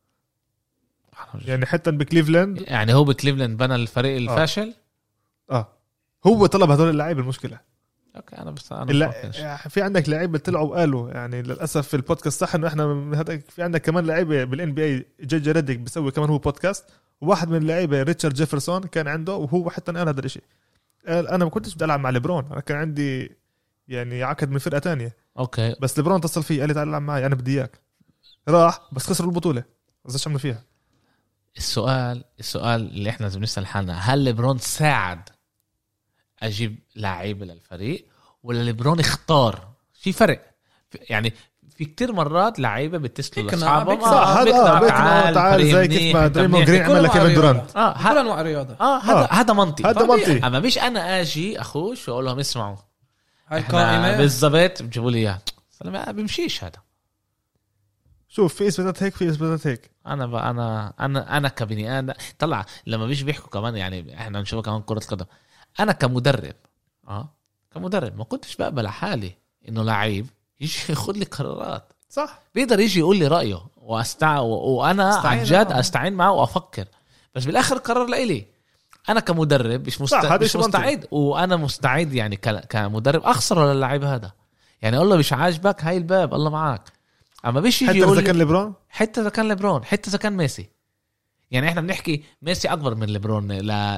يعني حتى بكليفلاند يعني هو بكليفلاند بنى الفريق الفاشل. هو طلب هذول اللاعبين. المشكله اوكي انا في عندك لعيبه طلعوا وقالوا يعني للاسف في البودكاست صح انه احنا في عندك كمان لعيبه بالان بي اي. جيجي ريديك بيسوي كمان هو بودكاست. وواحد من اللعيبه ريتشارد جيفرسون كان عنده وهو حتى قال هذا الشيء. قال انا ما كنتش بدي العب مع ليبرون انا كان عندي يعني عقد من فرقه تانية. اوكي بس ليبرون اتصل فيه قال لي تعال العب معي انا بدي اياك. راح بس خسروا البطوله. ايش عملوا فيها؟ السؤال اللي احنا لازم نسأل حالنا هل ليبرون ساعد اجيب لعيبه للفريق ولا ليبرون اختار؟ في فرق يعني. في كتير مرات لعيبه بتسلوا لاصحابهم تعال زي كيف ما دريمون جرين عمل لكيفن دورانت. هذا انواع رياضه. هذا منطقي. هذا منطقي. اما مش انا اجي اخوش واقول لهم اسمعوا هاي القائمه بالضبط بجيبوا لي اياها. ما بيمشيش هذا. شوف في اثباتات هيك في اثباتات هيك. انا كبني ادم طلع لما بيحكوا كمان يعني احنا نشوف كمان كرة القدم. انا كمدرب كمدرب ما كنتش بقبل على حالي انه لعيب يجي ياخذ لي قرارات. صح بيقدر يجي يقول لي رايه وانا عن جد استعين معه وافكر بس بالاخر قرار لإلي. انا كمدرب مش مستعد وانا مستعد يعني كمدرب اخسر للعيب هذا. يعني اقول له مش عاجبك هاي الباب الله معاك. اما بيش يجي يقول حتى اذا كان ليبرون حتى اذا كان ميسي. يعني احنا بنحكي ميسي اكبر من ليبرون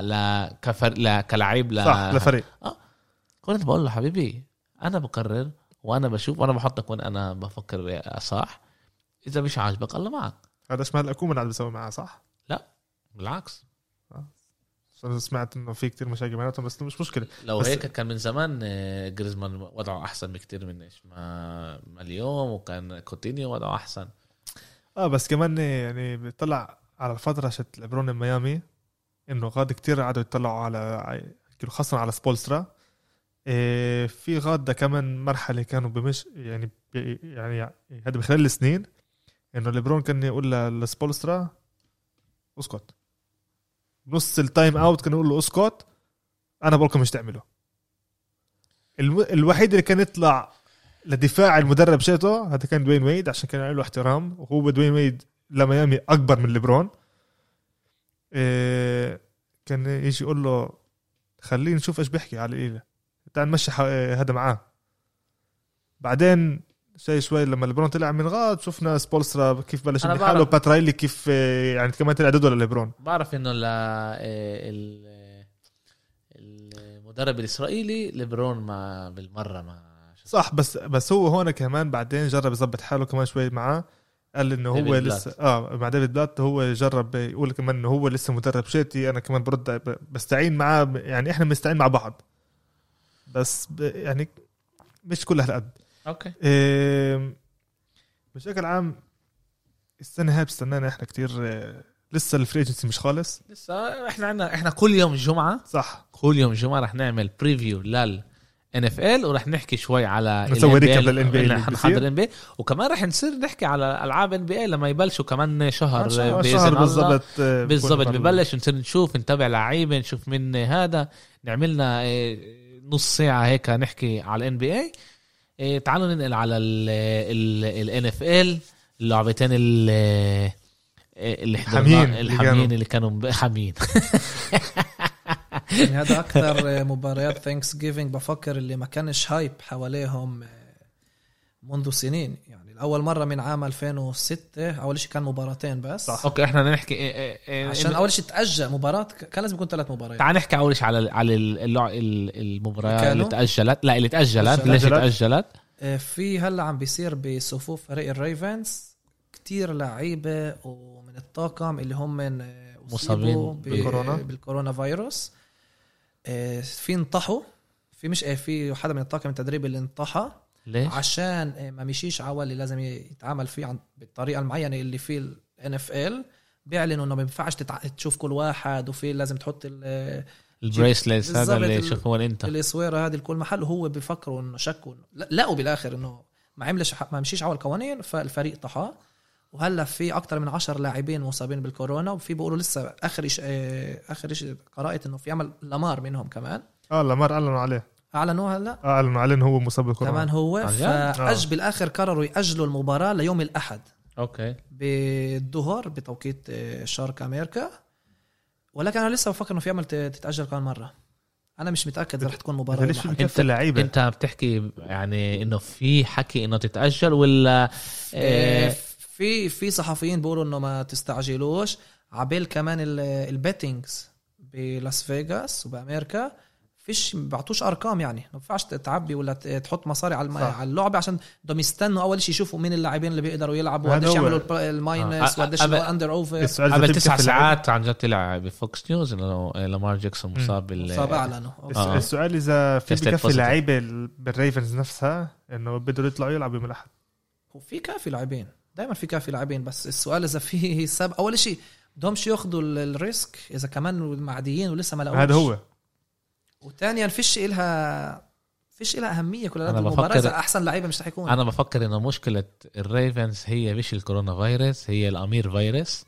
كلاعب لفريق. كنت بقول له حبيبي انا بقرر وانا بشوف وانا بحطك وين انا بفكر صح. اذا مش عاجبك الله معك. هذا شمال اكون عم بيسوي معاه صح؟ لا بالعكس. سمعت انه في كتير مشاكل بيناتهم بس مش مشكله. لو هيك كان من زمان جريزمان وضعه احسن بكتير من ايش ما اليوم. وكان كوتينيو وضعه احسن. بس كمان يعني بيطلع على الفتره شت ليبرون ميامي انه غاد كتير قعدوا يطلعوا على خاصه على سبولسترا. في غادة كمان مرحله كانوا بمش يعني هذا بخلال السنين انه ليبرون كان يقول لسبولسترا اسكت نص التايم اوت كان يقول له اسكت، انا بقولكم مش تعملوا. الوحيد اللي كان يطلع لدفاع المدرب شيته هذا كان دوين ويد، عشان كان له احترام، وهو دوين ويد لميامي اكبر من ليبرون. كان يجي يقول له خلينا نشوف ايش بيحكي على الإيلة، تعال نمشي هذا معاه. بعدين شوي لما ليبرون طلع من غاد شفنا سبولسترا كيف بلش يحاله، باترايلي كيف يعني كمان طلع ضده لليبرون. بعرف انه المدرب الاسرائيلي ليبرون ما بالمره ما صح، بس هو هون كمان بعدين جرب يظبط حاله كمان شوي معاه، قال انه هو لسه مع ديفيد بلات هو جرب يقول كمان انه هو لسه مدرب شيتي، انا كمان برد بستعين معاه، يعني احنا بنستعين مع بعض، بس يعني مش كل هالقد. اوكي بشكل عام السنه هاي بستنانا احنا كتير، لسه الفري ايجنسي مش خالص. لسه احنا كل يوم الجمعه، صح، كل يوم الجمعه رح نعمل بريفيو NFL ورح نحكي شوي على نسوي ريكاب للNBA، نحضر NBA، وكمان رح نصير نحكي على العاب NBA لما يبلشوا كمان شهر بالضبط ببلش نشوف نتابع لعيبه، نشوف من هذا، نعملنا نص ساعه هيك نحكي على NBA. تعالوا ننقل على ال NFL، اللعبتين اللي الحامين اللي كانوا حامين. يعني هذا أكثر مباريات ثانكس جيفينج بفكر اللي ما كانش هايب حواليهم منذ سنين. يعني الأول مرة من عام 2006 أول شيء كان مباراتين بس. صح. أوكي إحنا نحكي عشان أول شيء تأجل مباراة، كان لازم يكون 3 مباريات. تعال نحكي أول شيء على المباريات اللي تأجلت. لا اللي تأجلت ليش تأجلت؟ في هلا عم بيصير بصفوف فريق الريفنز كتير لعيبة ومن الطاقم اللي هم مصابين بالكورونا فيروس. في انطحوا، في مش في حدا من الطاقم التدريب اللي انطحى. ليش؟ عشان ما مشيش عوال اللي لازم يتعامل فيه بالطريقة المعينة اللي في NFL بيعلنوا انه ما بينفعش تشوف كل واحد، وفي لازم تحط البريسلس هذا اللي شوفوه انت الاسويره هذه لكل محل. وهو بيفكروا انه شكوا لقوا بالاخر انه ما مشيش على القوانين، فالفريق طحى. وهلا في اكثر من 10 لاعبين مصابين بالكورونا، وفي بيقولوا لسه اخر شيء قرأت انه في عمل لامار منهم كمان. لامار اعلنوا هلا اعلنوا عليه انه هو مصاب بالكورونا كمان هو. بالاخر قرروا ياجلوا المباراه ليوم الاحد اوكي بالظهر بتوقيت شرق امريكا. ولكن انا لسه بفكر انه في عمل تتاجل كمان مره. انا مش متاكد اذا رح تكون مباراه. انت بتحكي يعني انه في حكي انه تتاجل ولا في صحفيين بيقولوا انه ما تستعجلوش عبال كمان البيتينجز بلاس فيغاس وبامريكا فيش بعطوش ارقام. يعني ما ينفعش تعبي ولا تحط مصاري على اللعبه عشان بدهم يستنوا اول شيء يشوفوا مين اللاعبين اللي بيقدروا يلعبوا وقديش يعملوا الماينس وقديش اندر اوفر. قبل 9 ساعات عن جد طلع بفوكس نيوز انه لامار جاكسون مصاب اعلنوا. السؤال اذا في بكفي لعيبه بالريفنز نفسها انه بدهم يطلعوا يلعبوا يوم الاحد. وفي كافي لاعبين، دائما في كافي لاعبين، بس السؤال اذا في سبب. اول شيء بدهمش ياخذوا الريسك اذا كمان المعديين ولسه ما لقوش. هذا هو. وثانيا فيش إلها أهمية كل هذا المباراة إذا أحسن لعيبة مش رح يكون. أنا بفكر إنه مشكلة الريفنز هي مش الكورونا فيروس، هي الأمير فيروس.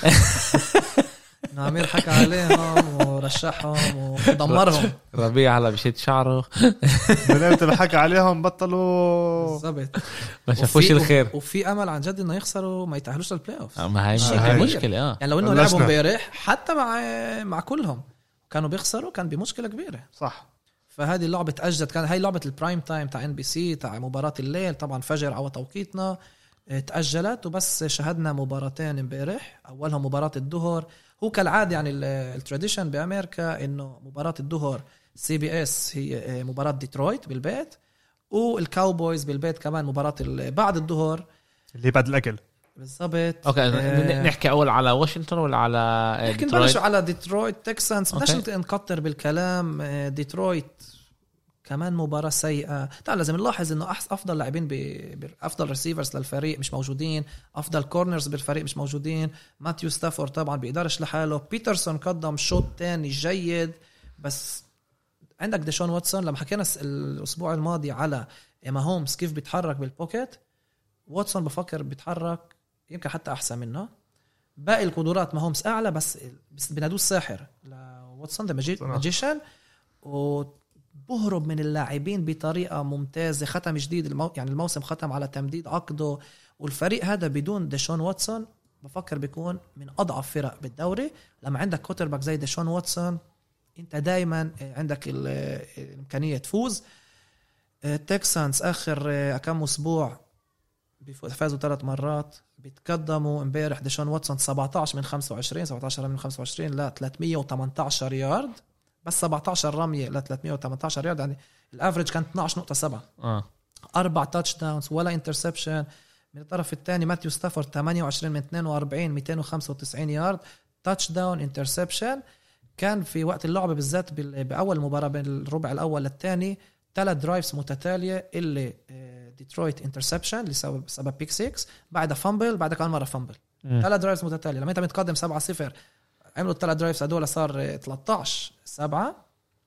الأمير حكى عليهم ورشحهم ودمرهم. ربيع على بشيت شعره. من أنت بحكى عليهم بطلوا بالضبط، ما شافوش الخير. وفي أمل عن جد إنه يخسروا ما يتأهلوش للبلاي أوف. ما هي مشكلة. يعني لو إنه لعبوا امبارح حتى مع كلهم كانوا بيخسروا، كان بمشكلة كبيرة. صح. فهذه اللعبة تأجلت. كان هاي لعبة البرايم تايم تاع NBC تاع مباراة الليل، طبعا فجر على توقيتنا تأجلت. وبس شاهدنا مباراتين امبارح، أولهم مباراة الظهر. هو كالعادة يعني التراديشن بأمريكا إنه مباراة الظهر CBS هي مباراة ديترويت بالبيت، والكاوبويز بالبيت كمان مباراة بعد الظهر اللي بعد الأكل. بالضبط. اوكي نحكي اول على واشنطن ولا على ديترويت؟ نبلش على ديترويت تكسانس. بدناش نكتر بالكلام. ديترويت كمان مباراة سيئة. طبعا لازم نلاحظ انه افضل لاعبين افضل ريسيفرز للفريق مش موجودين، افضل كورنرز بالفريق مش موجودين. ماتيو ستافورد طبعا بيقدرش لحاله. بيترسون قدم شوط تاني جيد، بس عندك ديشون واتسون. لما حكينا الاسبوع الماضي على إما هومز كيف بيتحرك بالبوكيت، واتسون بفكر بيتحرك يمكن حتى أحسن منه. باقي القدرات ما همس اعلى، بس بنادوه الساحر لواتسون ده ماجيشن، وبهرب من اللاعبين بطريقه ممتازه. ختم جديد يعني الموسم ختم على تمديد عقده، والفريق هذا بدون ديشون واتسون بفكر بيكون من اضعف فرق بالدوري. لما عندك كوترباك زي ديشون واتسون انت دايما عندك الامكانيه تفوز. تكسانس اخر كم اسبوع فازوا 3 مرات، بيتقدموا امبارح ديشون واتسون 17 من 25 ل 318 يارد، بس 17 رميه ل 318 يارد، يعني الافريج كان 12.7. 4 تاتش داونز ولا انترسبشن. من الطرف الثاني ماثيو ستافورد 28 من 42 295 يارد، تاتش داون انترسبشن. كان في وقت اللعبه بالذات باول مباراه بين الربع الاول للثاني 3 درايفز متتاليه اللي ديترويت انترسبشن لسبب بيك 6، بعدها فامبل، بعدها كمان مره فامبل. 3 درايفز متتاليه. لما انت متقدم 7-0 عملوا 3 درايفز هدول صار 13-7.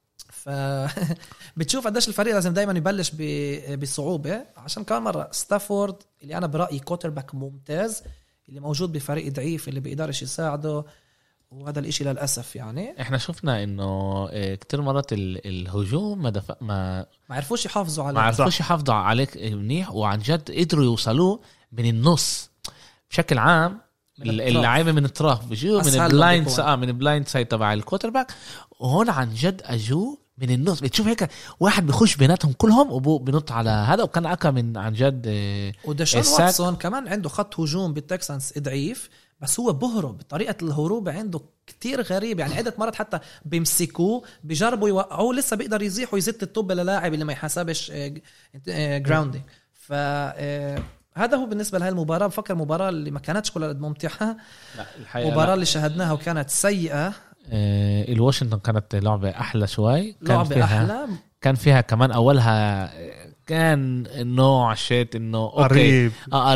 بتشوف قديش الفريق لازم دايما يبلش بصعوبه، عشان كمان مره ستافورد اللي انا برايي كوترباك ممتاز اللي موجود بفريق ضعيف اللي بيقدرش يساعده، وهذا الاشي للأسف. يعني احنا شفنا انه كتير مرات الهجوم ما عرفوش يحافظوا عليك منيح، وعن جد قدروا يوصلوه من النص بشكل عام. اللعيبه من الطرف بيجوا من البلايند سايد تبع الكوترباك، وهون عن جد اجوا من النص. بتشوف هيك واحد بيخش بيناتهم كلهم وبنط على هذا، وكان اكا من عن جد. وديشون واتسون كمان عنده خط هجوم بالتكسانس ضعيف، بس هو بهرب. طريقة الهروب عنده كتير غريب، يعني عدة مرات حتى بيمسكوه بيجربوا يوقعوه، لسه بيقدر يزيح ويزت الطب للاعب اللي ما يحسبش جراوندينج. هذا هو بالنسبة لهذه المباراة. بفكر مباراة اللي ما كانتش كلها ممتعة، مباراة اللي شاهدناها وكانت سيئة. الواشنطن كانت لعبة أحلى شوي، كان فيها كمان أولها كان نوع شيت إنه قريب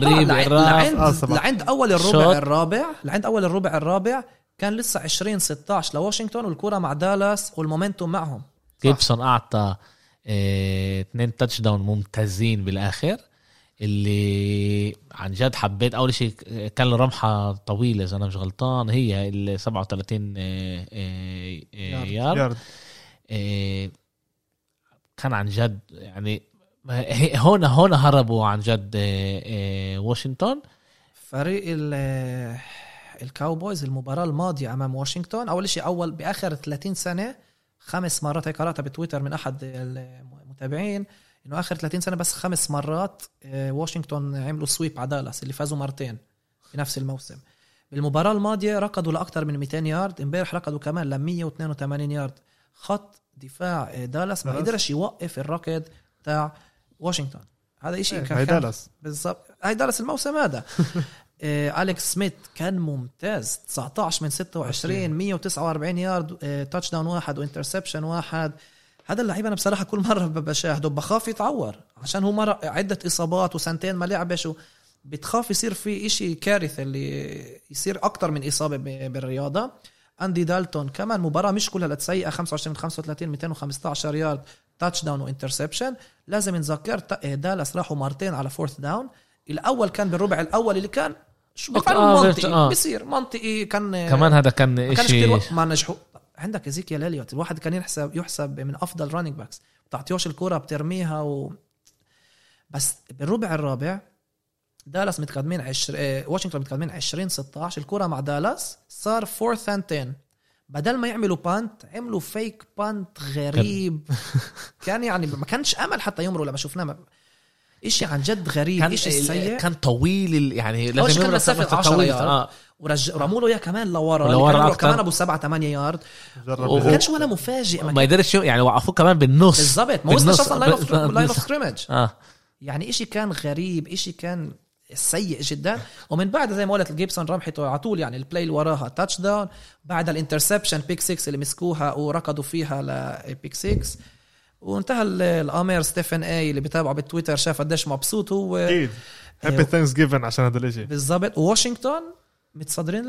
لعند أول الربع الرابع كان لسه 20-16 لواشنطن، والكرة مع دالاس والمومنتوم معهم. جيبسون أعطى 2 تاتش داون ممتازين بالآخر، اللي عن جد حبيت. أول شيء كان له رمحة طويلة إذا أنا مش غلطان، هي ال 37 يارد. كان عن جد يعني هون هربوا عن جد واشنطن. فريق الكاوبويز المباراة الماضية أمام واشنطن، أول شيء بآخر 30 سنة 5 مرات، هيك قرأتها بتويتر من أحد المتابعين إنه آخر 30 سنة بس 5 مرات واشنطن عملوا سويب على دالاس اللي فازوا مرتين في نفس الموسم. بالمباراة الماضية ركضوا لأكثر من 200 يارد، امبارح ركضوا كمان ل 182 يارد. خط دفاع دالاس ما قدرش يوقف الركض تاع واشنطن. هذا إشي كان دالاس بالضبط، هاي دالاس الموسم هذا. أليكس سميث كان ممتاز، 19 من 26 149 يارد، تاتش داون 1 وانترسبشن 1. هذا اللعيب أنا بصراحة كل مرة بشاهده بخاف يتعور، عشان هو مرة عدة إصابات وسنتين ما لعبش، بتخاف يصير في إشي كارثة اللي يصير أكتر من إصابة بالرياضة. أندي دالتون كمان مباراة مش كلها لتسيئة، 25 من 35 215 يارد، تاتش داون وانترسبشن. لازم نذكر دالاس راحوا مرتين على فورث داون. الأول كان بالربع الأول اللي كان شو منطقي بيصير منطقي، كمان هذا كان إشي ما نجحوا. عندك إزيكيال إليوت الواحد كان يحسب من أفضل رانينج باكس، بتعطيوش الكرة بترميها بس بالربع الرابع دالاس متقدمين واشنطن متقدمين 20-16. الكرة مع دالاس صار 4th and 10، بدل ما يعملوا بانت عملوا فيك بانت غريب. كان يعني ما كانش أمل حتى يمروا لما شفناه. إشي عن جد غريب، إشي سيء. كان طويل يعني لازم يمروا مسافة 10 يارد ورموا له اياه كمان لورا كمان ابو 7-8 يارد، ما كانش ولا مفاجئ. ما يقدرش يعني وقفوه كمان بالنص بالضبط، ما وصلش اصلا لاين اوف سكريمج. يعني إشي كان غريب، إشي كان سيء جدا. ومن بعد زي ما قلت الجيبسون رمحته على طول، يعني البلاي اللي وراها تاتش داون، بعد الانترسبشن بيك 6 اللي مسكوها وركضوا فيها لبيك 6. وانتهى الامير ستيفن اي اللي بيتابعه بالتويتر شاف قديش مبسوط هو. اكيد هابي ثانكس جيفن عشان هذا الشيء بالضبط. واشنطن متصدرين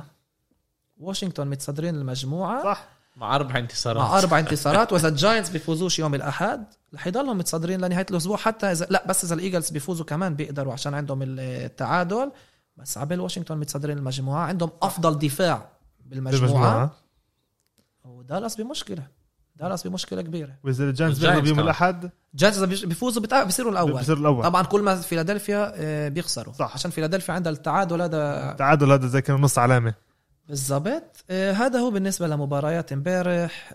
المجموعة صح، مع 4 انتصارات وإذا الجاينتس بيفوزوش يوم الأحد رح يضلهم متصدرين لنهاية الأسبوع، حتى إذا بس إذا الإيجلز بيفوزوا كمان بيقدروا عشان عندهم التعادل. بس عبال واشنطن متصدرين المجموعة، عندهم أفضل دفاع بالمجموعة. ودالاس بمشكلة كبيرة. وإذا الجاينتس بيلعبوا يوم الأحد، جاينتس بيفوزوا بيصيروا الأول. طبعا كل ما فيلادلفيا بيخسروا صح. عشان فيلادلفيا عندها التعادل، هذا زي كان نص علامة بالضبط. هذا هو بالنسبة لمباريات امبارح.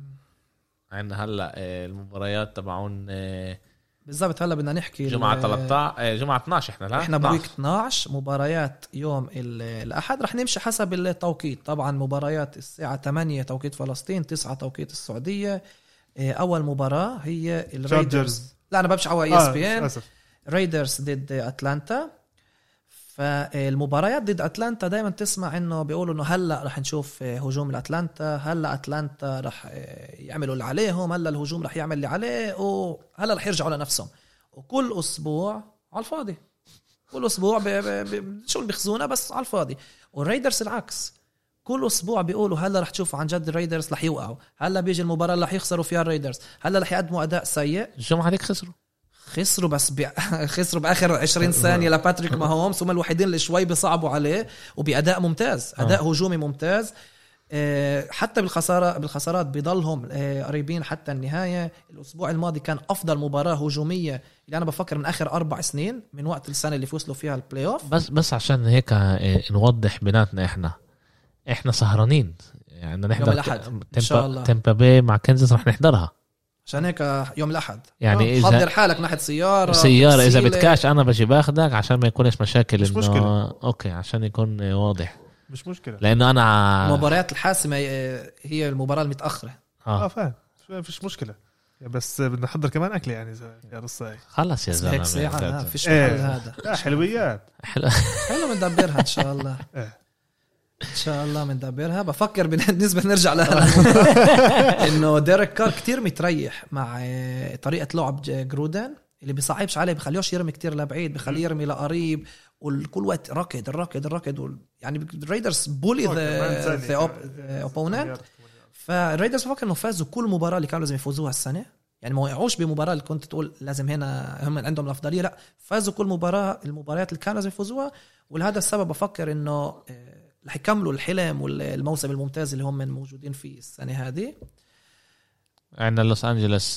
عندنا هلا المباريات تبعون بالضبط. هلا بدنا نحكي جمعة 13 جمعة 12. احنا بويك 12 مباريات يوم الأحد. رح نمشي حسب التوقيت. طبعا مباريات الساعة 8 توقيت فلسطين، 9 توقيت السعودية. أول مباراة هي الريدرز. لا أنا بمشي على ESPN. ريدرز ضد أتلانتا. فالمباريات ضد أتلانتا دايما تسمع إنه بيقولوا إنه هلا رح نشوف هجوم الأتلانتا، هلا أتلانتا رح يعملوا اللي عليهم، هلا الهجوم رح يعمل اللي عليه، وهلا رح يرجعوا لنفسهم. وكل أسبوع على الفاضي، كل أسبوع شو بيخزونا بس على الفاضي. والريدرز العكس، كل أسبوع بيقولوا هلا رح تشوفوا عن جد الريدرز رح يوقعوا، هلا بيجي المباراة اللي رح يخسروا فيها الريدرز، هلا رح يقدموا أداء سيء. الجمعة هذيك خسروا بس خسروا بآخر 20 ثانية لباتريك ماهومز. هم الوحيدين اللي شوي بيصعبوا عليه، وبأداء ممتاز، أداء هجومي ممتاز. حتى بالخسارات بيضلهم قريبين حتى النهاية. الأسبوع الماضي كان أفضل مباراة هجومية اللي أنا بفكر من آخر 4 سنين، من وقت السنة اللي وصلوا فيها البلاي أوف. بس عشان هيك نوضح بيناتنا، إحنا سهرانين يعني نحضر تيمبا باي مع كنزاس، رح نحضرها عشان هيك يوم الأحد. يعني إذا حضر حالك ناحية سيارة إذا بتكاش أنا بجي باخدك عشان ما يكونش مشاكل. مش مشكلة. أوكي عشان يكون واضح، مش مشكلة، لأنه أنا المباريات الحاسمة هي المباراة المتأخرة. فاهم، فيش مشكلة، بس بدنا نحضر كمان أكل يعني يا رصاي. خلص يا زلمة هيك ساعة فيش محل هذا. حلويات حلو مندبرها إن شاء الله. إن شاء الله مندبرها. بفكر بالنسبة نرجع لها إنه ديريك كار كتير متريح مع طريقة لعب جرودن، اللي بيصعبش عليه، بخليوش يرمي كتير لبعيد، بخليه يرمي لقريب، والكل وقت الركض يعني الريدرز بولي ذا اوبوننت. فالريدرز بفكر إنه فازوا كل مباراة اللي كانوا لازم يفوزوها السنة، يعني ما وقعوش بمباراة اللي كنت تقول لازم هنا هم عندهم الأفضلية. لا، فازوا كل المباريات اللي كانوا لازم يفوزوها. ولهذا السبب بفكر إنه رح يكملوا الحلم والموسم الممتاز اللي هم موجودين فيه السنة هذه. عندنا لوس أنجلس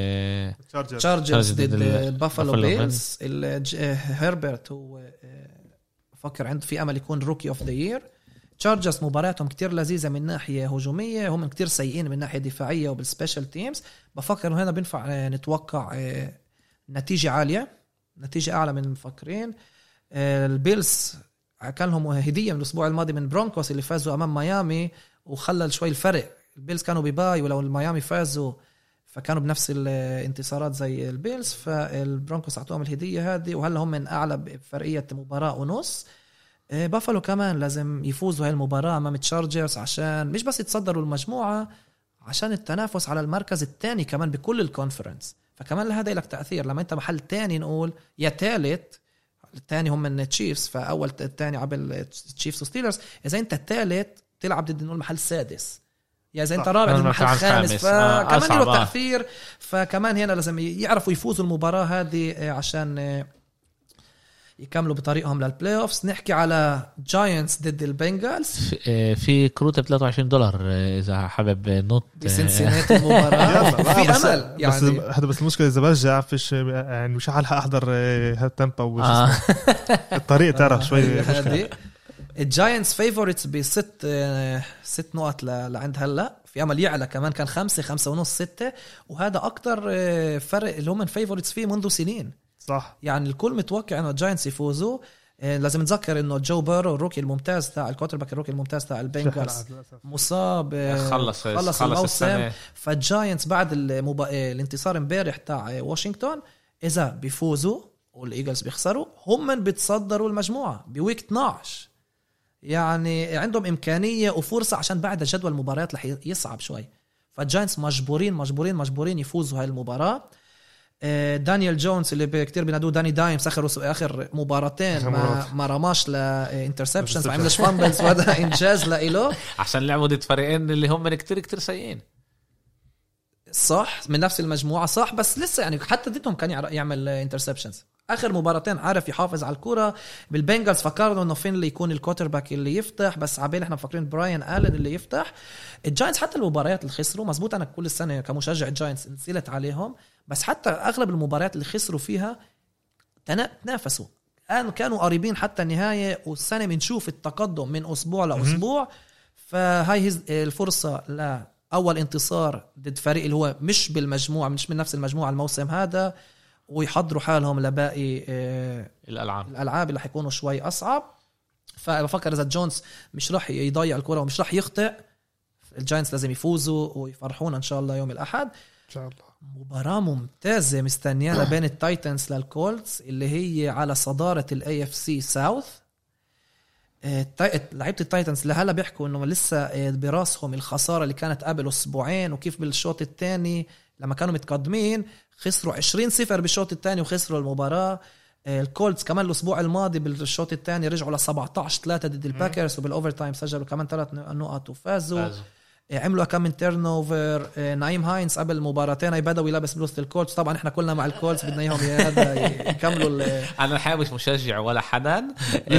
تشارجرز ضد بافالو بيلز. هيربرت هو بفكر عنده في أمل يكون روكي أوف ذا يير. تشارجرز مباراتهم كتير لذيذة من ناحية هجومية، هم كتير سيئين من ناحية دفاعية وبالسبيشال تيمز. بفكر إنه هنا بينفع نتوقع نتيجة عالية، نتيجة أعلى من المفكرين. البيلز كان لهم هدية من الأسبوع الماضي من برونكوس اللي فازوا أمام ميامي وخلل شوي الفرق. البيلز كانوا بباي، ولو الميامي فازوا فكانوا بنفس الانتصارات زي البيلز، فالبرونكوس أعطوهم الهدية هذه، وهلا هم من أعلى بفرقية مباراة ونص. بافالو كمان لازم يفوزوا هاي المباراة أمام تشارجرز عشان مش بس يتصدروا المجموعة، عشان التنافس على المركز الثاني كمان بكل الكونفرنس. فكمان لهذا لك تأثير لما أنت محل تاني، نقول يا ثالث، الثاني هم من تشيفز، فأول الثاني عبل تشيفز وستيلرز. إذا أنت الثالث تلعب ضد نقول محل سادس، يا إذا أنت رابع ضد محل خامس، فكمان له تأثير. فكمان هنا لازم يعرفوا يفوزوا المباراة هذه عشان يكملوا بطريقهم للبلاي أوفس. نحكي على جاينتس ضد البنجالز. في كروت $23 إذا حابب نوت بسنسيناتي المباراة. في أمل يعني. هذا بس المشكلة إذا برجع فيش يعني مش حالها أحضر هالتمبا الطريق ترى شوي مشكلة. الجاينتس فيفوريتس ب6 نقط لعند هلا، في أمل يعلى كمان، كان 5.5 6، وهذا أكتر فرق اللي هم من فيفوريتس فيه منذ سنين. صح، يعني الكل متوقع انه الجاينتس يفوزوا. لازم نتذكر انه جو بارو الروكي الممتاز تاع الكوترباك، الروكي الممتاز تاع البنجالز مصاب، خلص الموسم. فالجاينتس بعد الانتصار امبارح تاع واشنطن، اذا بيفوزوا والايجلز بيخسروا، هم بيتصدروا المجموعه بويك 12. يعني عندهم امكانيه وفرصه، عشان بعد جدول المباريات رح يصعب شوي. فالجاينتس مجبورين يفوزوا هاي المباراه. دانيال جونز اللي كتير بينادوه داني دايمز آخر مباراتين ما رماش لإنترسبشنز، ما عملش فامبلز، وهذا إنجاز لإله عشان لعبوا ضد فريقين اللي هم كتير سيئين. صح، من نفس المجموعة، صح، بس لسه يعني حتى ضدهم كان يعمل انترسبشنز. اخر مباراتين عارف يحافظ على الكرة. بالبنجلز فكرنا انه فينلي يكون الكوتر باك اللي يفتح، بس عبالي احنا مفكرين براين آلن اللي يفتح. الجاينتس حتى المباريات اللي خسروا مزبوط، انا كل السنه كمشجع الجاينتس نزلت عليهم، بس حتى اغلب المباريات اللي خسروا فيها تنافسوا، كانوا قريبين حتى النهايه، والسنه بنشوف التقدم من اسبوع لاسبوع. فهاي الفرصه لاول انتصار ضد فريق اللي هو مش بالمجموعه، مش من نفس المجموعه الموسم هذا، ويحضروا حالهم لباقي الألعاب اللي حيكونوا شوي أصعب. فبفكر إذا جونز مش راح يضيع الكرة ومش راح يخطئ، الجاينتس لازم يفوزوا ويفرحونا إن شاء الله يوم الأحد إن شاء الله. مباراة ممتازة مستنيانا بين التايتنز للكولتس اللي هي على صدارة AFC ساوث. لعيبة التايتنز لهلا بيحكوا إنه لسه براسهم الخسارة اللي كانت قبل أسبوعين، وكيف بالشوط الثاني لما كانوا متقدمين خسروا 20-0 بالشوط الثاني وخسروا المباراة. الكولتس كمان الأسبوع الماضي بالشوط الثاني رجعوا ل17-3 ضد الباكرز، وبالأوفر تايم سجلوا كمان 3 نقط وفازوا. عملوا كم من تيرن اوفر. نايم هاينز قبل مباراتين بدوي لابس بلوث الكولتس، طبعا احنا كلنا مع الكولتس بدنا اياهم هذا يكملوا. انا الحقيقه مش مشجع ولا حدا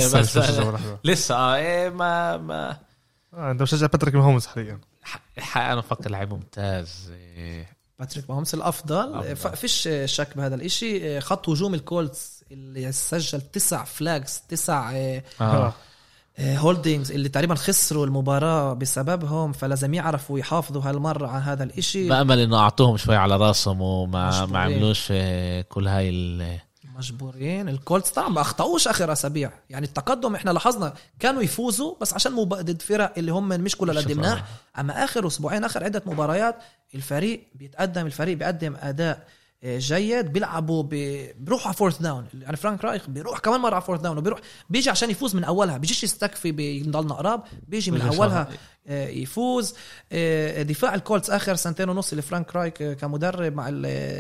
لسه ما انت مشجع باتريك ماهومز حاليا. الحقيقه انا بفكر لعيب ممتاز. باتريك ماهومز الافضل، فيش شك بهذا الاشي. خط هجوم الكولتس اللي سجل 9 فلاجز 9 هولدينجز اللي تقريبا خسروا المباراة بسببهم، فلازم يعرفوا يحافظوا هالمرة على هذا الاشي. بأمل انه اعطوهم شوي على راسهم وما ما عملوش كل هاي مجبورين. الكولتس طبعا ما اخطأوش اخر اسابيع، يعني التقدم احنا لاحظنا كانوا يفوزوا بس عشان ضد فرق اللي هم مش كلها قدمناه. اما اخر اسبوعين اخر عدة مباريات الفريق بيتقدم، الفريق بيقدم اداء جيد، بيلعبوا بيروحوا على فورث داون. يعني فرانك رايخ بيروح كمان مرة على فورث داون وبيروح بيجي عشان يفوز من أولها، بيجيش يستكفي بيضلنا قراب، بيجي من أولها يفوز. دفاع الكولتس آخر 2.5 سنين اللي فرانك رايخ كمدرب مع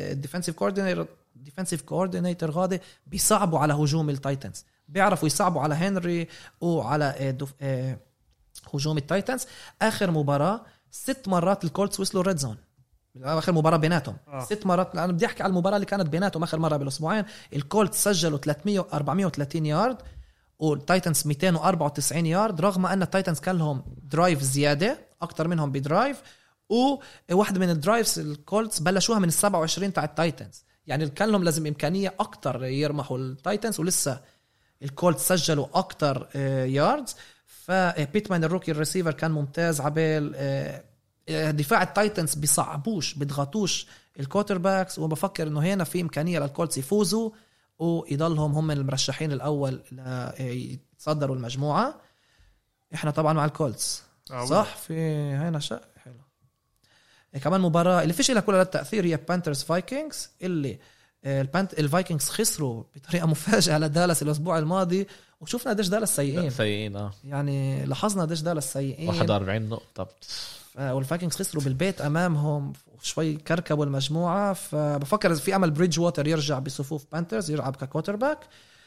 الديفنسيف كوردينيتور غادي بيصعبوا على هجوم التايتنز، بيعرفوا يصعبوا على هنري وعلى هجوم التايتنز. آخر مباراة 6 مرات الكولتس وصلوا ريد زون، اخر مباراه بيناتهم 6 مرات. انا بدي احكي على المباراه اللي كانت بيناتهم اخر مره بالاسبوعين. الكولت سجلوا 430 يارد والتايتنز 294 يارد، رغم ان التايتنز كان لهم درايف زياده اكتر منهم بدرايف، وواحده من الدرايفز الكولتس بلشوها من 27 تاع التايتنز، يعني كان لهم لازم امكانيه اكتر يرمحوا التايتنز، ولسه الكولتس سجلوا اكتر ياردز. فبيتمان الروكي الريسيفر كان ممتاز عبال دفاع التايتنز بيصعبوش بيضغطوش الكوتر باكس، وبفكر انه هنا في امكانيه للكولتس يفوزوا ويضلهم هم المرشحين الاول يتصدروا المجموعه. احنا طبعا مع الكولتس صح في هنا شيء حلو. كمان مباراه اللي فيش لها كل التاثير هي بانترز فايكنجز، اللي الفايكنجز خسروا بطريقه مفاجئه على دالاس الاسبوع الماضي، وشوفنا قديش دالاس سيئين يعني لاحظنا قديش دالاس سيئين 41 نقطه والفايكنجز خسروا بالبيت امامهم، شوي كركبوا المجموعه. فبفكر في امل بريدج ووتر يرجع بصفوف بانترز يلعب ككوتر باك.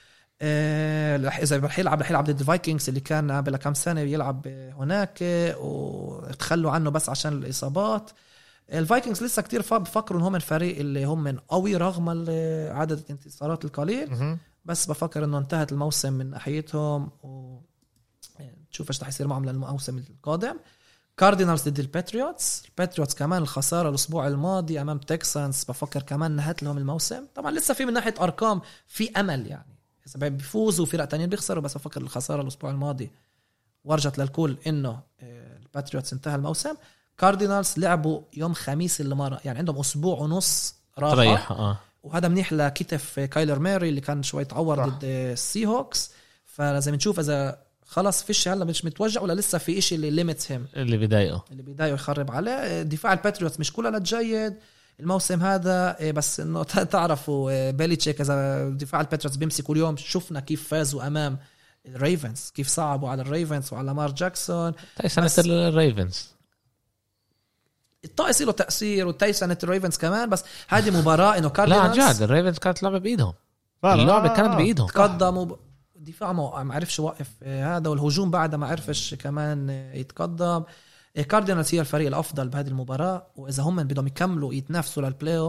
اذا رح يلعب ضد الفايكنجز اللي كان قبل كم سنه يلعب هناك وتخلوا عنه بس عشان الاصابات. الفايكنجز لسه كتير بفكروا انهم الفريق اللي هم قوي رغم عدد الانتصارات القليل، بس بفكر انه انتهت الموسم من ناحيتهم، ونشوف ايش رح يصير معهم للموسم القادم. كاردينالز ضد الباتريوتس كمان الخسارة الأسبوع الماضي أمام تكسانس، بفكر كمان نهت لهم الموسم. طبعا لسه في من ناحية أرقام في أمل، يعني إذا بيفوزوا فرق تانيين بيخسروا، بس بفكر الخسارة الأسبوع الماضي ورجت للكل إنه الباتريوتس انتهى الموسم. كاردينالز لعبوا يوم خميس اللي مرة، يعني عندهم أسبوع ونص راحة وهذا منيح لكتف كايلر ماري اللي كان شوي تعور ضد السي هوكس. فلازم نشوف إذا خلاص فيش هلا مش متوجع ولا لسه في إشي اللي ليميتس هم اللي بيضايقه يخرب عليه. دفاع الباتريوتس مش كلها جيد الموسم هذا، بس انه تعرفوا بيليتشيك اذا دفاع الباتريوتس بيمسك كل يوم. شفنا كيف فازوا امام الريفنز، كيف صعبوا على الريفنز وعلى مار جاكسون. سنة الريفنز الطائس له تأثير سنة الريفنز كمان، بس هذه مباراة انه كاردينالز لا جد الريفنز كانت لعبة بايدهم، اللعبة كانت بايدهم، تقدموا دفاع ما عرفش وقف هذا، والهجوم بعده ما عرفش كمان يتقدم. كاردينالز هي الفريق الأفضل بهذه المباراة، وإذا هم بدهم يكملوا يتنافسوا للبلاي أوفز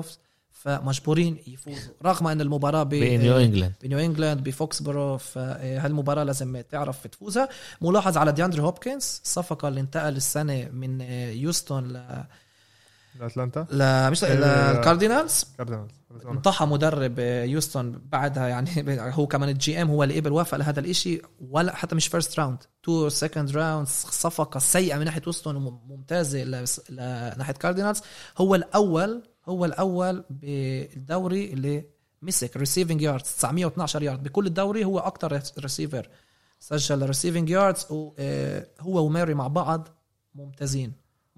فمجبورين يفوزوا رغم ان المباراه بنيو انجلاند بفوكسبورو. فهالمباراه لازم تعرف تفوزها. ملاحظ على دياندري هوبكنز، الصفقه اللي انتقل السنه من يوستون لأتلانتا مش الكاردينالز. انطحى مدرب يوستون بعدها، يعني هو كمان الجي ام هو اللي قبل وافق لهذا الاشي، ولا حتى مش فيرست راوند 2 سكند راوند. صفقه سيئه من ناحيه يوستون وممتازه لناحيه كاردينالز. هو الاول بالدوري اللي مسك ريسيفنج ياردز 912 يارد بكل الدوري. هو اكتر ريسيفر سجل ريسيفنج ياردز، وهو وماري مع بعض ممتازين.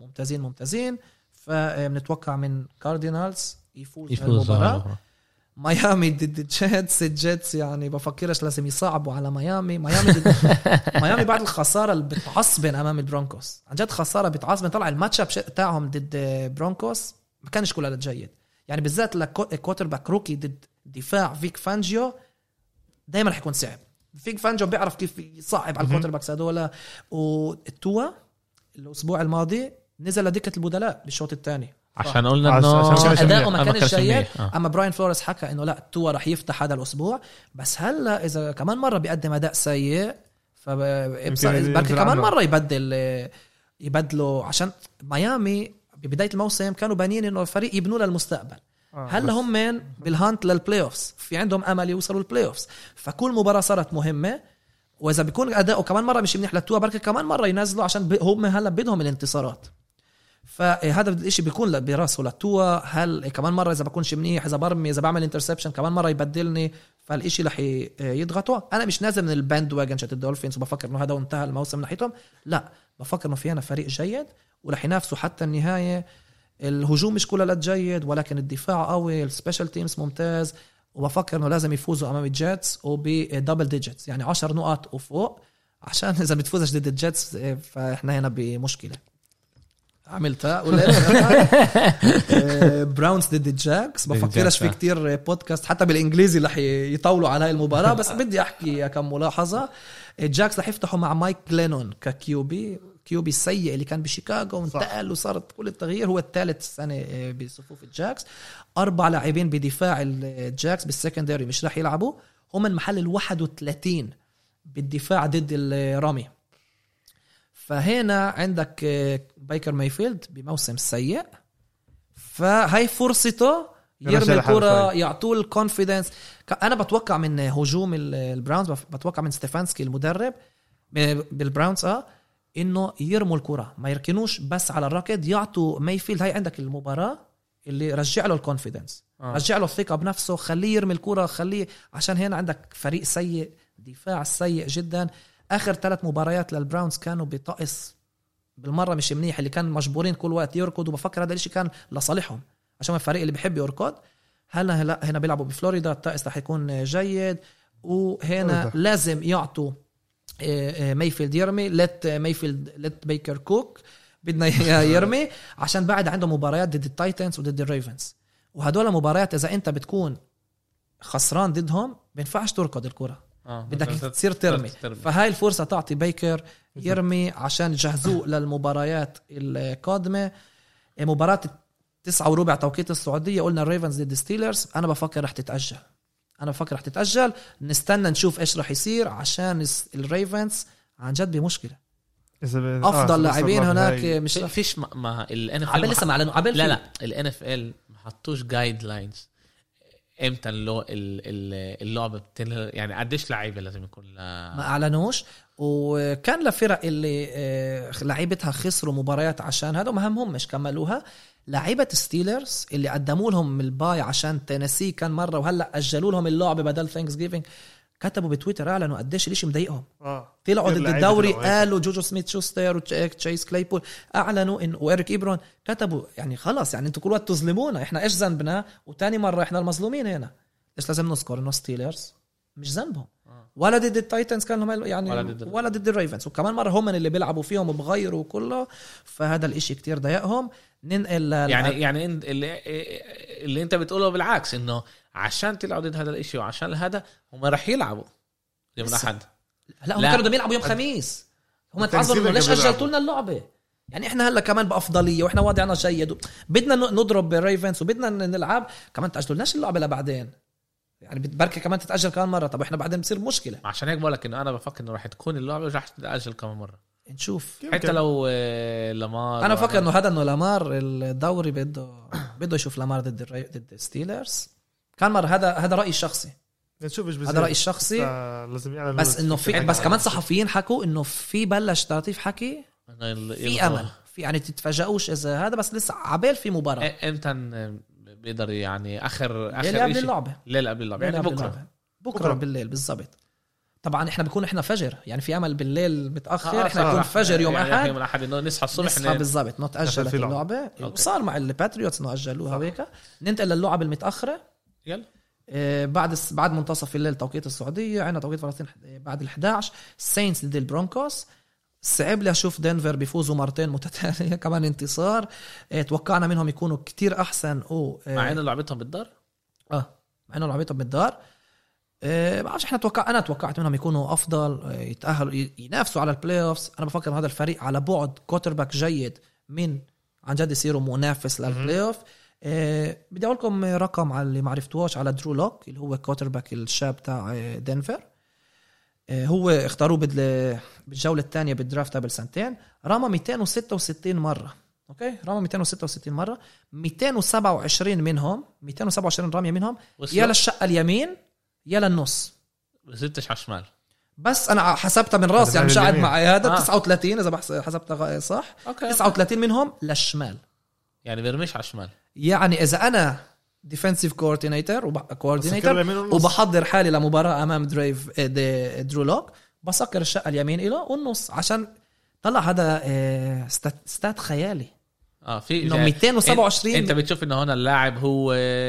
فبنتوقع من كاردينالز يفوز المباراة. ميامي ضد الجيتس يعني بفكرش لازم يصعبوا على ميامي ميامي بعد الخسارة اللي بتعصبن أمام البرونكوس، عن جد خسارة بتعصبن. طلع الماتش تاعهم ضد برونكوس ما كانش كلها جيد، يعني بالذات لكوتر باك روكي ضد دفاع فيك فانجيو دايما رح يكون صعب. فيك فانجيو بيعرف كيف يصعب على الكوتر باكس هذول. والتوا الأسبوع الماضي نزل لدكة البدلاء بالشوط الثاني عشان قلنا انه عشان اداؤه ما كانش جيد. اما براين فلوريس حكى انه لا توا راح يفتح هذا الاسبوع، بس هلا اذا كمان مره بيقدم اداء سيء فبركي كمان مره يبدلوا. عشان ميامي ببدايه الموسم كانوا بانين انه الفريق يبنوا للمستقبل. هلا هم من بالهانت للبلاي اوفز، في عندهم امل يوصلوا البلاي اوفز، فكل مباراه صارت مهمه. واذا بيكون اداؤه كمان مره مش منيح للتوا بركي كمان مره ينزلوا، عشان هم هلا بدهم الانتصارات. فهذا الاشي بيكون براسه للتوا. هل كمان مرة إذا بكونش منيح، إذا برمي، إذا بعمل انترسبشن كمان مرة يبدلني، فالاشي رح يضغطه. أنا مش نازل من الباند واجن شات الدولفينز وبفكر إنه هذا انتهى الموسم من ناحيتهم، لا، بفكر إنه فينا فريق جيد ورح ينافسوا حتى النهاية. الهجوم مش كله جيد، ولكن الدفاع قوي، السبيشال تيمز ممتاز، وبفكر إنه لازم يفوزوا أمام الجيتس وبدبل ديجيتس، يعني 10 نقاط وفوق، عشان إذا بتفوزش ضد الجيتس فإحنا هنا بمشكلة. عملتها براونز ضد الجاكس. بفكرش في كتير بودكاست حتى بالانجليزي رح يطولوا على هاي المباراة، بس بدي احكي كم ملاحظة. الجاكس رح يفتحوا مع مايك جلينون ككيوبي السيء اللي كان بشيكاغو وانتقل وصارت كل التغيير. هو الثالث سنة بصفوف الجاكس. 4 لاعبين بدفاع الجاكس بالسكندري مش رح يلعبوا، هم من محل 31 بالدفاع ضد الرامي. فهنا عندك بايكر مايفيلد بموسم سيء، فهاي فرصته يرمي الكرة، يعطوه الكونفيدنس. أنا بتوقع من هجوم البراونز، بتوقع من ستيفانسكي المدرب بالبراونز إنه يرموا الكرة، ما يركنوش بس على الركض، يعطوا مايفيلد. هاي عندك المباراة اللي رجع له الكونفيدنس، رجع له الثقة بنفسه، خليه يرمي الكرة، خليه، عشان هنا عندك فريق سيء، دفاع سيء جدا. آخر 3 مباريات للبراونز كانوا بطقس بالمرة مش منيح، اللي كان مجبورين كل وقت يركض، وبفكر هذا الشيء كان لصالحهم عشان الفريق اللي بيحب يركض. هنا بيلعبوا بفلوريدا، الطقس رح يكون جيد، وهنا لازم يعطوا مايفيلد يرمي، لت بيكر كوك بدنا يرمي، عشان بعد عندهم مباريات ضد التايتنز وضد الريفنز، وهدول مباريات إذا أنت بتكون خسران ضدهم بينفعش تركض الكرة، بدك تصير ترمي. فهاي الفرصة تعطي بيكر يرمي عشان يجهزوه للمباريات القادمة. مباراة 9:15 توقيت السعودية قلنا الريفنز ضد ستيلرز. أنا بفكر رح تتأجل، نستنى نشوف إيش رح يصير، عشان الريفنز عن جد بمشكلة. أفضل لاعبين هناك مش فيش ما ال NFL قبل لسه ما أعلنوا قبل. لا ال NFL ما حطوش جايد لاينز امتى اللعبه يعني قديش لعيبه لازم يكون ما اعلنوش. وكان لفرق اللي لعيبتها خسروا مباريات عشان هذا ما همش كملوها. لعيبه ستيلرز اللي قدموا لهم الباي عشان تينيسي كان مره، وهلا اجلوا لهم اللعبه بدل ثانكس جيفينج، كتبوا بتويتر اعلنوا قديش الاشي مضايقهم. طلعوا ضد الدوري قالوا جوجو سميث شوستر وتشيس كلايبول اعلنوا ان وإيريك إبرون كتبوا يعني خلاص، يعني انتوا كل وقت تظلمونا، احنا ايش ذنبنا؟ وتاني مره احنا المظلومين هنا. ايش لازم نذكر انه ستيلرز مش ذنبهم ولا ضد التايتنز كانوا يعني ولا ضد الريفنز، وكمان مره هم اللي بيلعبوا فيهم وبغيروا كله. فهذا الاشي كتير ضايقهم. ننقل يعني اللي انت بتقوله بالعكس، انه عشان تلعبوا ضد هذا الاشي وعشان هذا هم رح يلعبوا يوم الاحد. لا هم كانوا بدهم يلعبوا يوم خميس. هم تعذروا انه ليش اجلتوا لنا اللعبه؟ يعني احنا هلا كمان بافضليه واحنا وضعنا جيد بدنا نضرب بالريفنز وبدنا نلعب كمان، تاجلولناش اللعبه لبعدين يعني بركي كمان تتاجل كمان مره. طب احنا بعدين بصير مشكله. عشان هيك بقولك انه انا بفكر انه راح تكون اللعبه راح تتاجل كمان مره نشوف. حتى لو لامار انا بفكر انه هذا انه لامار الدوري بده يشوف لامار ضد ستيلرز كان مره. هذا رايي الشخصي، نشوف ايش بصير. هذا رايي الشخصي. لازم يعلن بس انه في بس كمان صحفيين حكوا انه في بلش تلطيف حكي في امل في يعني تتفاجئوش اذا هذا، بس لسه عبال في مباراه. امتى بيقدر يعني اخر ليلة قبل اللعبه، ليلة قبل اللعبه يعني بكره بالليل بالضبط. طبعا احنا بنكون احنا فجر يعني في امل بالليل متاخر احنا بنكون فجر يوم يعني احد يوم احد انه نصحى الصبح نصحى بالضبط. نتاجلت اللعبه وصار مع الباتريوتس انه اجلوها هيك. ننتقل للعب المتاخره يلا بعد منتصف الليل توقيت السعوديه، عندنا توقيت فلسطين بعد ال11 ساينتس ضد البرونكوس. صعب لي اشوف دنفر بيفوزوا مرتين متتاليه كمان انتصار. توقعنا منهم يكونوا كتير احسن مع انه لعبتهم بالدار مع انه لعبتهم بالدار. بعرفش احنا انا توقعت منهم يكونوا افضل يتاهلوا ينافسوا على البلاي اوفز. انا بفكر هذا الفريق على بعد كوترباك جيد من عن جد يصيروا منافس للبلاي اوف. بدي اقول لكم رقم على اللي ما عرفتوش على درو لوك اللي هو كوترباك الشاب تاع دنفر. هو اختاروه بالجوله الثانيه بالدرافت قبل سنتين. رمى 266 مره. اوكي رمى 266 مره، 227 رميه منهم يا للشقه اليمين يا للنص، زدتش على الشمال. بس انا حسبتها من راسي يعني مش قاعد معي هذا 39 اذا حسبتها صح. 39 منهم للشمال يعني بيرميش على الشمال. يعني اذا انا ديفنسيف كوردينيتور وبحضر حالي لمباراه امام درو لوك بسكر الشقه اليمين له والنص عشان طلع هذا ستات خيالي. في انه 227. انت بتشوف انه هنا اللاعب هو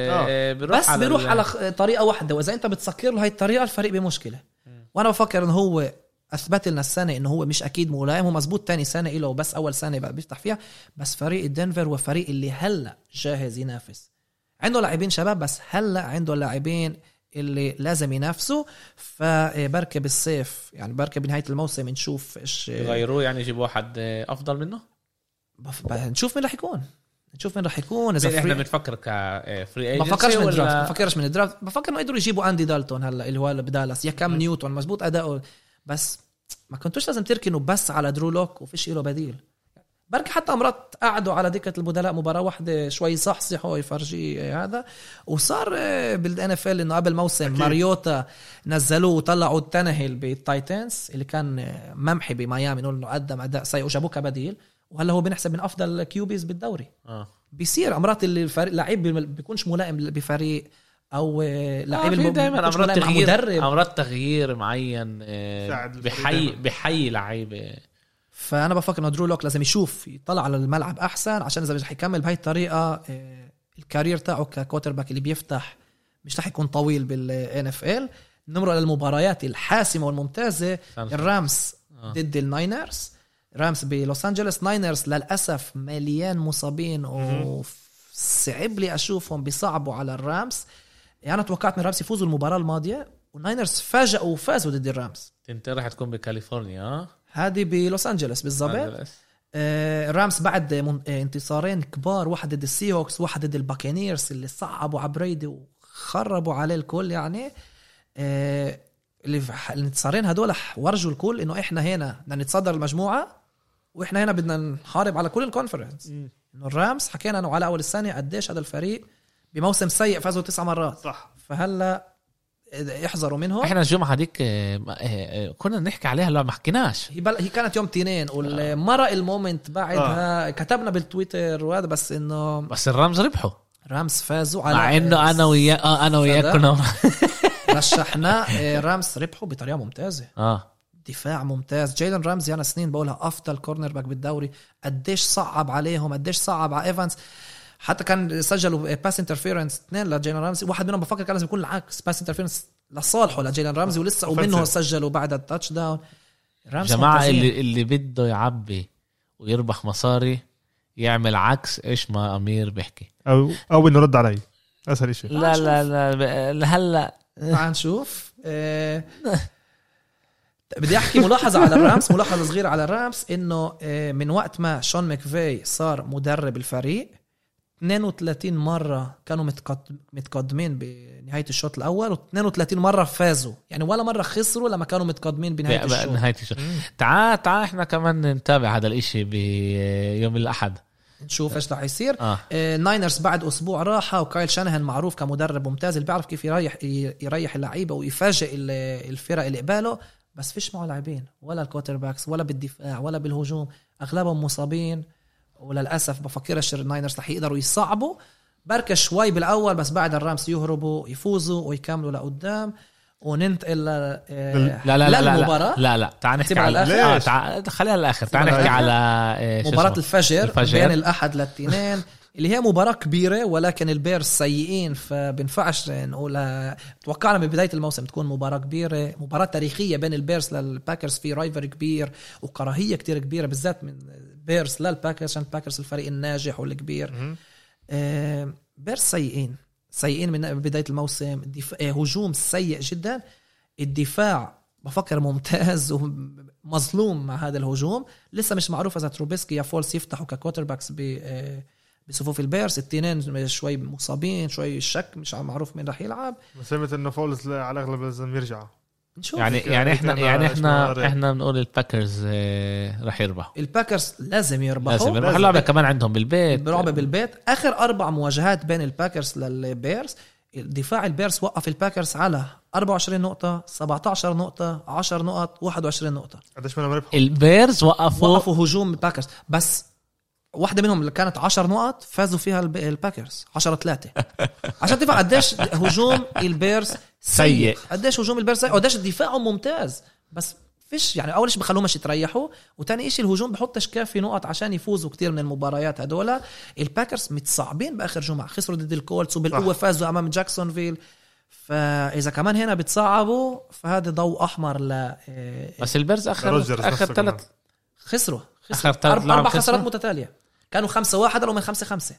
بيروح على طريقه واحده، واذا انت بتسكر له هاي الطريقه الفريق بمشكله. وانا بفكر انه هو اثبت لنا السنه انه هو مش اكيد ملائم، هو مزبوط تاني سنه له وبس اول سنه بقى بيفتح فيها. بس فريق الدنفر هو فريق اللي هلا جاهز ينافس، عنده لاعبين شباب بس هلا عنده لاعبين اللي لازم ينافسوا. فبركه بالصيف يعني بركه بنهايه الموسم نشوف ايش يغيروه يعني يجيبوا واحد افضل منه. نشوف مين راح يكون اذا احنا بنفكر كفري ايجنسي. بفكرش من الدرافت. بفكر انه قدروا يجيبوا اندي دالتون هلا اللي هو بدالاس يا كام نيوتن مزبوط اداؤه، بس ما كنتوش لازم تركنوا بس على درو لوك وفيش له بديل. بركي حتى امرات قعدوا على دكه البدلاء مباراه واحده شوي صحصحوا يفرجي هذا. وصار بالان اف ال انه قبل موسم ماريوتا نزلوه وطلعوا التنهل بالتايتنز اللي كان ممحي بميامي انه قدم اداء سيء وجابوه كبديل، وهلا هو بنحسب من افضل كيوبيز بالدوري. بيصير امرات اللي الفريق لعيب بيكونش ملائم بفريق او لعيب دائما امرات تغيير معين بحي لعيبه. فانا بفكر انه درو لوك لازم يشوف يطلع على الملعب احسن عشان اذا رح يكمل بهاي الطريقه الكارير تاعه ككوترباك اللي بيفتح مش رح يكون طويل بالان اف ال. نمر للمباريات الحاسمه والممتازه. الرامز ضد الناينرز. رامز بلوس أنجلوس، ناينرز للأسف مليان مصابين وصعب لي أشوفهم بيصعبوا على الرامز. يعني أنا توقعت من الرامز يفوزوا المباراة الماضية وناينرز فاجأوا وفازوا ضد الرامز. انت راح تكون بكاليفورنيا هذه بلوس أنجلوس بالضبط. الرامز بعد انتصارين كبار، واحد ضد السيهوكس واحد ضد الباكينيرز اللي صعبوا على بريدي وخربوا عليه الكل. يعني الانتصارين هدول ورجوا الكل انه احنا هنا بدنا نتصدر المجموعه واحنا هنا بدنا نحارب على كل الكونفرنس. انه الرامز حكينا انه على اول السنه قديش هذا الفريق بموسم سيء فازوا 9 مرات صح. فهلا يحذروا منهم. احنا الجمعه هذيك كنا نحكي عليها لو ما حكيناش. هي كانت يوم 2 والمره المومنت بعدها كتبنا بالتويتر وهذا بس انه بس الرامز ربحوا. رامز فازوا على مع انه انا وياك كنا رشحنا رامز ربحوا بطريقه ممتازه. دفاع ممتاز. جايلن رامزي انا سنين بقولها افضل كورنر باك بالدوري. قديش صعب عليهم، قديش صعب على ايفانس. حتى كان سجلوا باس انترفيرنس 2 لجايلن رامزي، واحد منهم بفكر كان لازم يكون العكس باس انترفيرنس لصالحه لجايلن رامزي ولسه ومنه سجلوا بعد التاتش داون. جماعه اللي بده يعبي ويربح مصاري يعمل عكس ايش ما امير بيحكي او انه رد علي اسهل شيء. لا هلا تعال نشوف. بدي احكي ملاحظه على الرامز، ملاحظه صغيره على الرامز، انه من وقت ما شون ماكفاي صار مدرب الفريق 32 مره كانوا متقدمين بنهايه الشوط الاول، و32 مره فازوا، يعني ولا مره خسروا لما كانوا متقدمين بنهايه الشوط. تعال احنا كمان نتابع هذا الاشي بيوم الاحد، نشوف ايش رح يصير. ناينرز بعد اسبوع راحه، وكايل شانهان معروف كمدرب ممتاز اللي بيعرف كيف يريح اللعيبه ويفاجئ الفرق اللي قباله، بس فيش معه لاعبين ولا الكوتر باكس ولا بالدفاع ولا بالهجوم، اغلبهم مصابين، وللاسف بفكرش الناينرز رح يقدروا يصعبوا بركة شوي بالاول، بس بعد الرامس يهربوا يفوزوا ويكملوا لقدام وننتقل للمباراة. لا تعال نحكي على خليها للآخر. تعال نحكي على مباراة الفجر بين الأحد للتنين اللي هي مباراة كبيرة، ولكن البيرز سيئين فبنفعش نقولها. توقعنا من بداية الموسم تكون مباراة كبيرة، مباراة تاريخية بين البيرز للباكرز، في رايفر كبير وكراهية كتير كبيرة بالذات من بيرز للباكرز، عشان الباكرز الفريق الناجح والكبير. بيرز سيئين من بداية الموسم، هجوم سيء جدا، الدفاع بفكر ممتاز ومظلوم مع هذا الهجوم. لسه مش معروف إذا تروبيسكي يا فولس يفتحوا ككوتر باكس بصفوف البيرز، التنين شوي مصابين، شوي الشك مش معروف مين رح يلعب. سمعت انه فولس على الاغلب لازم يرجع. نشوف. يعني احنا بنقول الباكرز رح يربحوا. الباكرز لازم يربحوا. اللعبة كمان عندهم بالبيت. اخر 4 مواجهات بين الباكرز للبيرز، الدفاع البيرز وقف الباكرز على 24 نقطة، 17 نقطة، 10 نقط، 21 نقطة. قديش منهم ربحوا؟ البيرز وقفوا هجوم الباكرز، بس واحدة منهم اللي كانت 10 نقط فازوا فيها الباكرز 10-3. عشان تفهم قديش هجوم البيرز سيء، قديش هجوم البيرز سيء، قديش دفاعهم ممتاز، بس فيش يعني اول شيء بخلوهم مش يتريحوا، وتاني شيء الهجوم بحطش كافي نقط عشان يفوزوا كتير من المباريات هدول. الباكرز متصعبين باخر جمعة، خسروا ضد الكولتس وبالقوة فازوا امام جاكسونفيل، فاذا كمان هنا بتصعبوا فهذا ضوء احمر بس البيرز اخر 3 خسروا 4 خسارات متتالية، كانوا 5-1 لو من 5-5.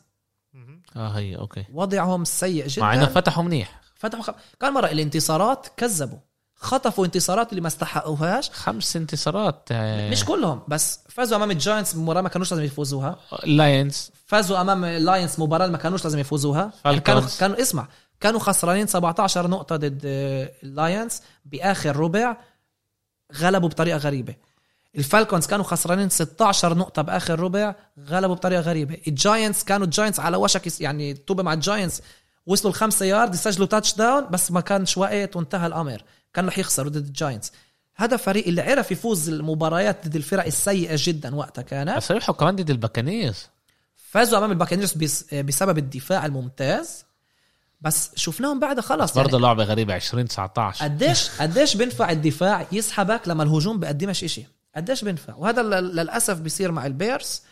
هي اوكي، وضعهم سيء جدا، مع انه فتحوا منيح. كان مرة الانتصارات كذبوا، خطفوا انتصارات اللي ما استحقوهاش. 5 انتصارات مش كلهم، بس فازوا امام الجاينتس مباراة ما كانوش لازم يفوزوها. لاينز فازوا امام اللاينز مباراة ما كانوش لازم يفوزوها. كانوا اسمع، كانوا خسرانين 17 نقطة ضد اللاينز باخر ربع، غلبوا بطريقة غريبة. الفالكونز كانوا خسرانين 16 نقطة بآخر ربع، غلبوا بطريقة غريبة. الجاينتس كانوا على وشك يعني توبة مع الجاينتس، وصلوا 5 يارد يسجلوا تاتش داون، بس ما كانش وقت وانتهى الأمر، كان رح يخسروا ضد الجاينتس. هذا فريق اللي عرف يفوز المباريات ضد الفرق السيئة جدا وقتها كانت. بس ربحوا كمان ضد الباكانيرز، فازوا أمام الباكانيرز بسبب الدفاع الممتاز، بس شفناهم بعد خلاص برضه يعني لعبة غريبة 20-19. قديش بينفع الدفاع يسحبك لما الهجوم بقدمش إشي، قديش بينفع. وهذا للأسف بيصير مع البيرز.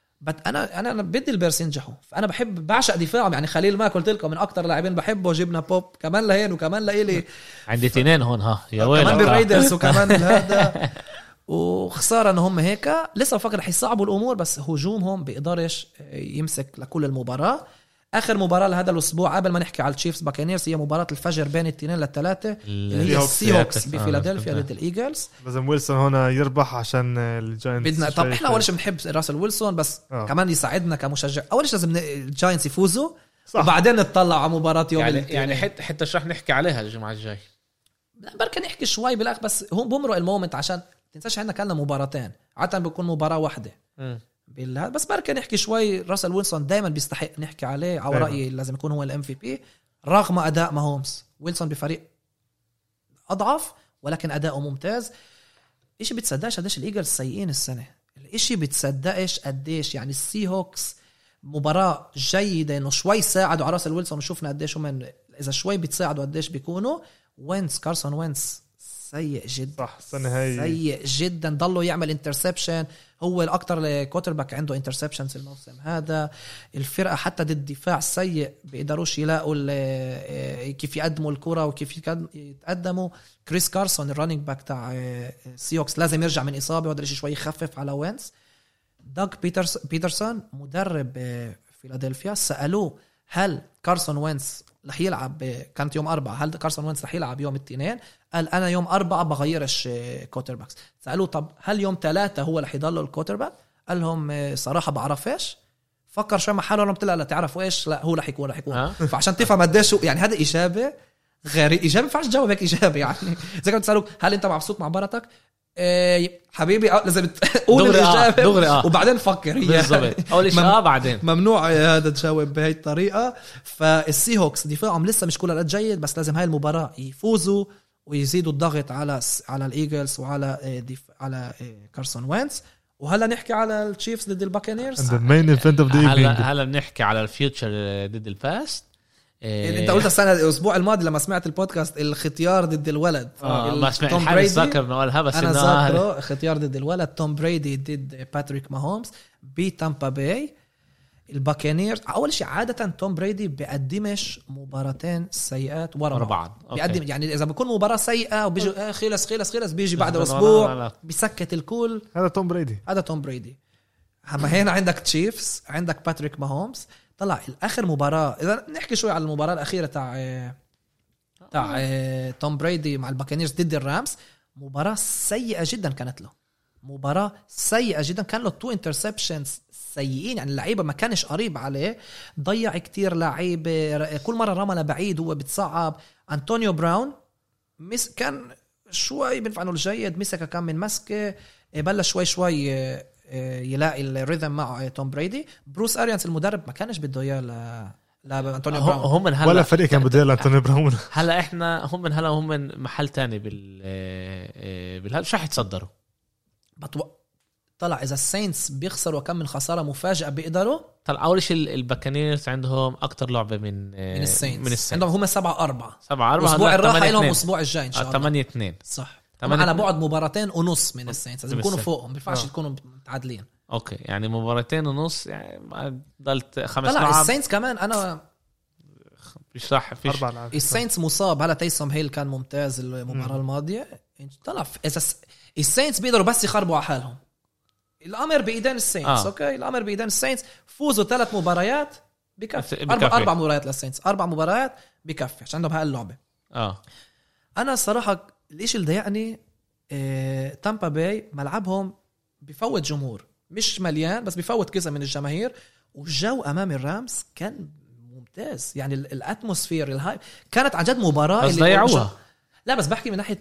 أنا بدي البيرز ينجحوا، فأنا بعشق دفاعهم. يعني خليل ما قلت لكم من أكتر لاعبين بحبه، جبنا بوب كمان لهين وكمان لإلي عندي 2 هون يا وين كمان بالرايدرز وكمان هذا وخسارة أنهم هيك. لسه بفكر رح يصعبوا الأمور، بس هجومهم بيقدرش يمسك لكل المباراة. آخر مباراة لهذا الأسبوع قبل ما نحكي على التشيفز باكانيرز هي مباراة الفجر بين 2-3 اللي هي السيهوكس بفيلادلفيا ضد الإيجلز. لازم ويلسون هنا يربح عشان الجاينتس. طب إحنا أول شيء بنحب راسل ويلسون، بس كمان يساعدنا كمشجع. أول شيء لازم الجاينتس يفوزوا صح. وبعدين نطلع على مباراة يوم يعني حتى شو رح نحكي عليها الجمعة الجاي. بركة نحكي شوي بالآخر، بس هم بمرق المومنت عشان تنساش عندنا كان مباراتين، عادة بيكون مباراة واحدة بس بركة نحكي شوي. راسل ويلسون دايما بيستحق نحكي عليه، على رأيي لازم يكون هو الام في بي رغم أداء ماهومز. ويلسون بفريق أضعف ولكن أداؤه ممتاز. إشي بتصدقش قديش الإيجلز سيئين السنة، الإشي بتصدقش قديش. يعني السي هوكس مباراة جيدة إنه شوي ساعدوا على راسل ويلسون، وشوفنا قديش هم إذا شوي بتساعدوا قديش بيكونوا. كارسون وينس سيء جدا صح، سيء جدا، ضلوا يعمل انترسبشن. هو الأكتر كوترباك عنده انترسبشنز الموسم هذا. الفرقة حتى ضد الدفاع سيء بيقدروش يلاقوا كيف يقدموا الكرة وكيف يتقدموا. كريس كارسون الرانينج باك تاع سيوكس لازم يرجع من إصابة، وهذا الشيء شوي يخفف على وينس. داغ بيترسون مدرب فيلادلفيا سألوه هل كارسون وينس رح يلعب، كانت يوم 4، هل كارسون وينس رح يلعب يوم 2؟ قال أنا يوم 4 بغيرش كوتر باكس. سألوه طب هل يوم 3 هو رح يضل الكوتر باك؟ قال لهم صراحة بعرفش. فكر شوي مع حاله، لما طلع لا تعرفوا ايش، لا هو رح يكون فعشان تفهم قديش يعني هذا إجابة غير إجابة، ما ينفعش تجاوب هيك إجابة يعني. زي كنت تسألوك هل أنت مبسوط مع مرتك؟ حبيبي لازم تقول الإجابة دغري وبعدين فكر. بالضبط أول شيء بعدين ممنوع هذا تجاوب بهاي الطريقة. فالسي هوكس دفاعهم لسه مش كلها جيد، بس لازم هاي المباراة يفوزوا ويزيدوا الضغط على الإيجلز وعلى على كارسون وينتز. وهلا نحكي على التشيفز ضد الباكانيرز. هلا بنحكي على الفيوتشر ضد الباست. انت قلت السنه الاسبوع الماضي لما سمعت البودكاست الختيار ضد الولد. ما سمعت حد ذكر نقولها، بس انا ذاكره ختيار ضد الولد. توم بريدي ضد باتريك ماهومز بتامبا باي. الباكانيرز اول شيء عاده توم بريدي بيقدمش مباراتين سيئات ورا بعض. بيقدم يعني اذا بيكون مباراه سيئه وبيجي خلص بيجي بعد اسبوع بيسكت الكل. هذا توم بريدي. اما هنا عندك تشيفز، عندك باتريك ماهومز طلع الاخر مباراه. اذا نحكي شوي على المباراه الاخيره تاع توم بريدي مع الباكانيرز ضد الرامز، مباراه سيئه جدا كانت له. مباراه سيئه جدا، كان له 2 انترسبشنز سيئين، يعني اللعيبه ما كانش قريب عليه، ضيع كتير لعيبه، كل مره رمى لبعيد هو بتصعب. أنطونيو براون كان شوي بنفع انه الجيد، مسك كان من مسكه، بلش شوي يلاقي الريذم مع توم بريدي. بروس أريانس المدرب ما كانش بده اياه لأنطونيو براون، هم من هلا ولا فريق كان بده اياه لأنطونيو براون. هلا احنا هم من هلا هم من محل تاني مش رح يتصدروا. طلع اذا الساينتس بيخسروا كم من خساره مفاجئه بيقدروا. طلع اول شيء الباكانيرز عندهم اكتر لعبه من الساينتس عندهم هم 7-4 اسبوع الراحه لهم اسبوع الجاي ان شاء الله 8-2 صح. على بعد 2.5 مباراتين من الساينتس، لازم يكونوا فوقهم، ما ينفعش يكونوا متعادلين. اوكي يعني 2.5 مباراتين يعني ضلت 5 طلع لعب. الساينتس كمان انا مش راح فيش الساينتس مصاب. هلا تايسوم هيل كان ممتاز المباراه الماضيه. طلع اذا الساينتس بيقدروا بس يخربوا على حالهم، الامر بايدين الساينتس. اوكي الامر بايدين الساينتس. فوزوا 3 مباريات بكفي. 4 مباريات للساينتس، 4 مباريات بكفي عشان عندهم هاللعبه. انا الصراحه الاشي اللي ضايقني تامبا باي ملعبهم بفوت جمهور، مش مليان بس بفوت كذا من الجماهير، والجو امام الرامز كان ممتاز. يعني الاتموسفير الهاي كانت عن جد مباراه اللي ضيعوها. لا بس بحكي من ناحيه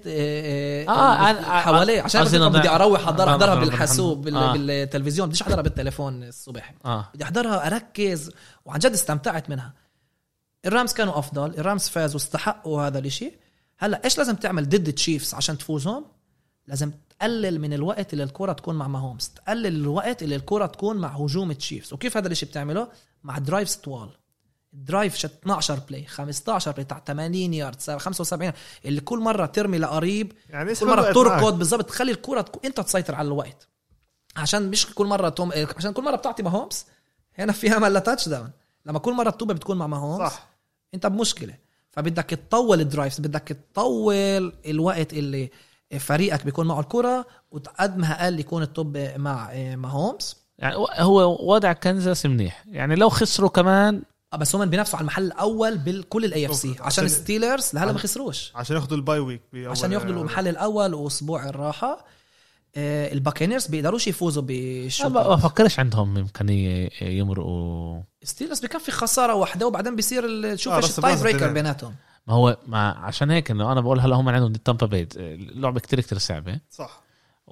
حواليه، عشان بدي اروح احضرها بالحاسوب بالتلفزيون، بديش احضرها بالتليفون الصبح. بدي احضرها اركز، وعن جد استمتعت منها. الرامز كانوا افضل، الرامز فازوا واستحقوا هذا الاشي. هلا ايش لازم تعمل ضد التشيفز عشان تفوزهم؟ لازم تقلل من الوقت اللي الكرة تكون مع ماهومز، تقلل الوقت اللي الكرة تكون مع هجوم التشيفز. وكيف هذا الاشي بتعمله؟ مع درايفز طوال. درايف 12 بلاي 15 بلاي تاع 80 يارد 75 اللي كل مرة ترمي لقريب، يعني كل مرة تركض بالضبط، تخلي الكرة انت تسيطر على الوقت، عشان مش كل مرة عشان كل مرة بتعطي ماهومز. هنا فيها ملا تاتش داون، لما كل مرة الطوبة بتكون مع ماهومز صح انت بمشكلة. فبدك تطول الدرايفز، بدك تطول الوقت اللي فريقك بيكون معه الكرة، وقد ما أقل يكون الطب مع هومز. يعني هو وضع كنزاس منيح، يعني لو خسروا كمان بس هم بينافسوا على المحل الأول بالكل الاي اف سي، عشان الستيلرز لهلا ما خسروش، عشان ياخدوا الباي ويك، عشان ياخدوا المحل الأول وأسبوع الراحة. الباكينيرز بيقدروش يفوزوا بشو. ما بفكرش عندهم إمكانية يمرقوا. ستيلرز بكفي خسارة واحدة وبعدين بيصير شوف التاي بريكر بيناتهم. ما هو عشان هيك انه انا بقول هلا هم عندهم تامبا باي لعبه كتير صعبه صح،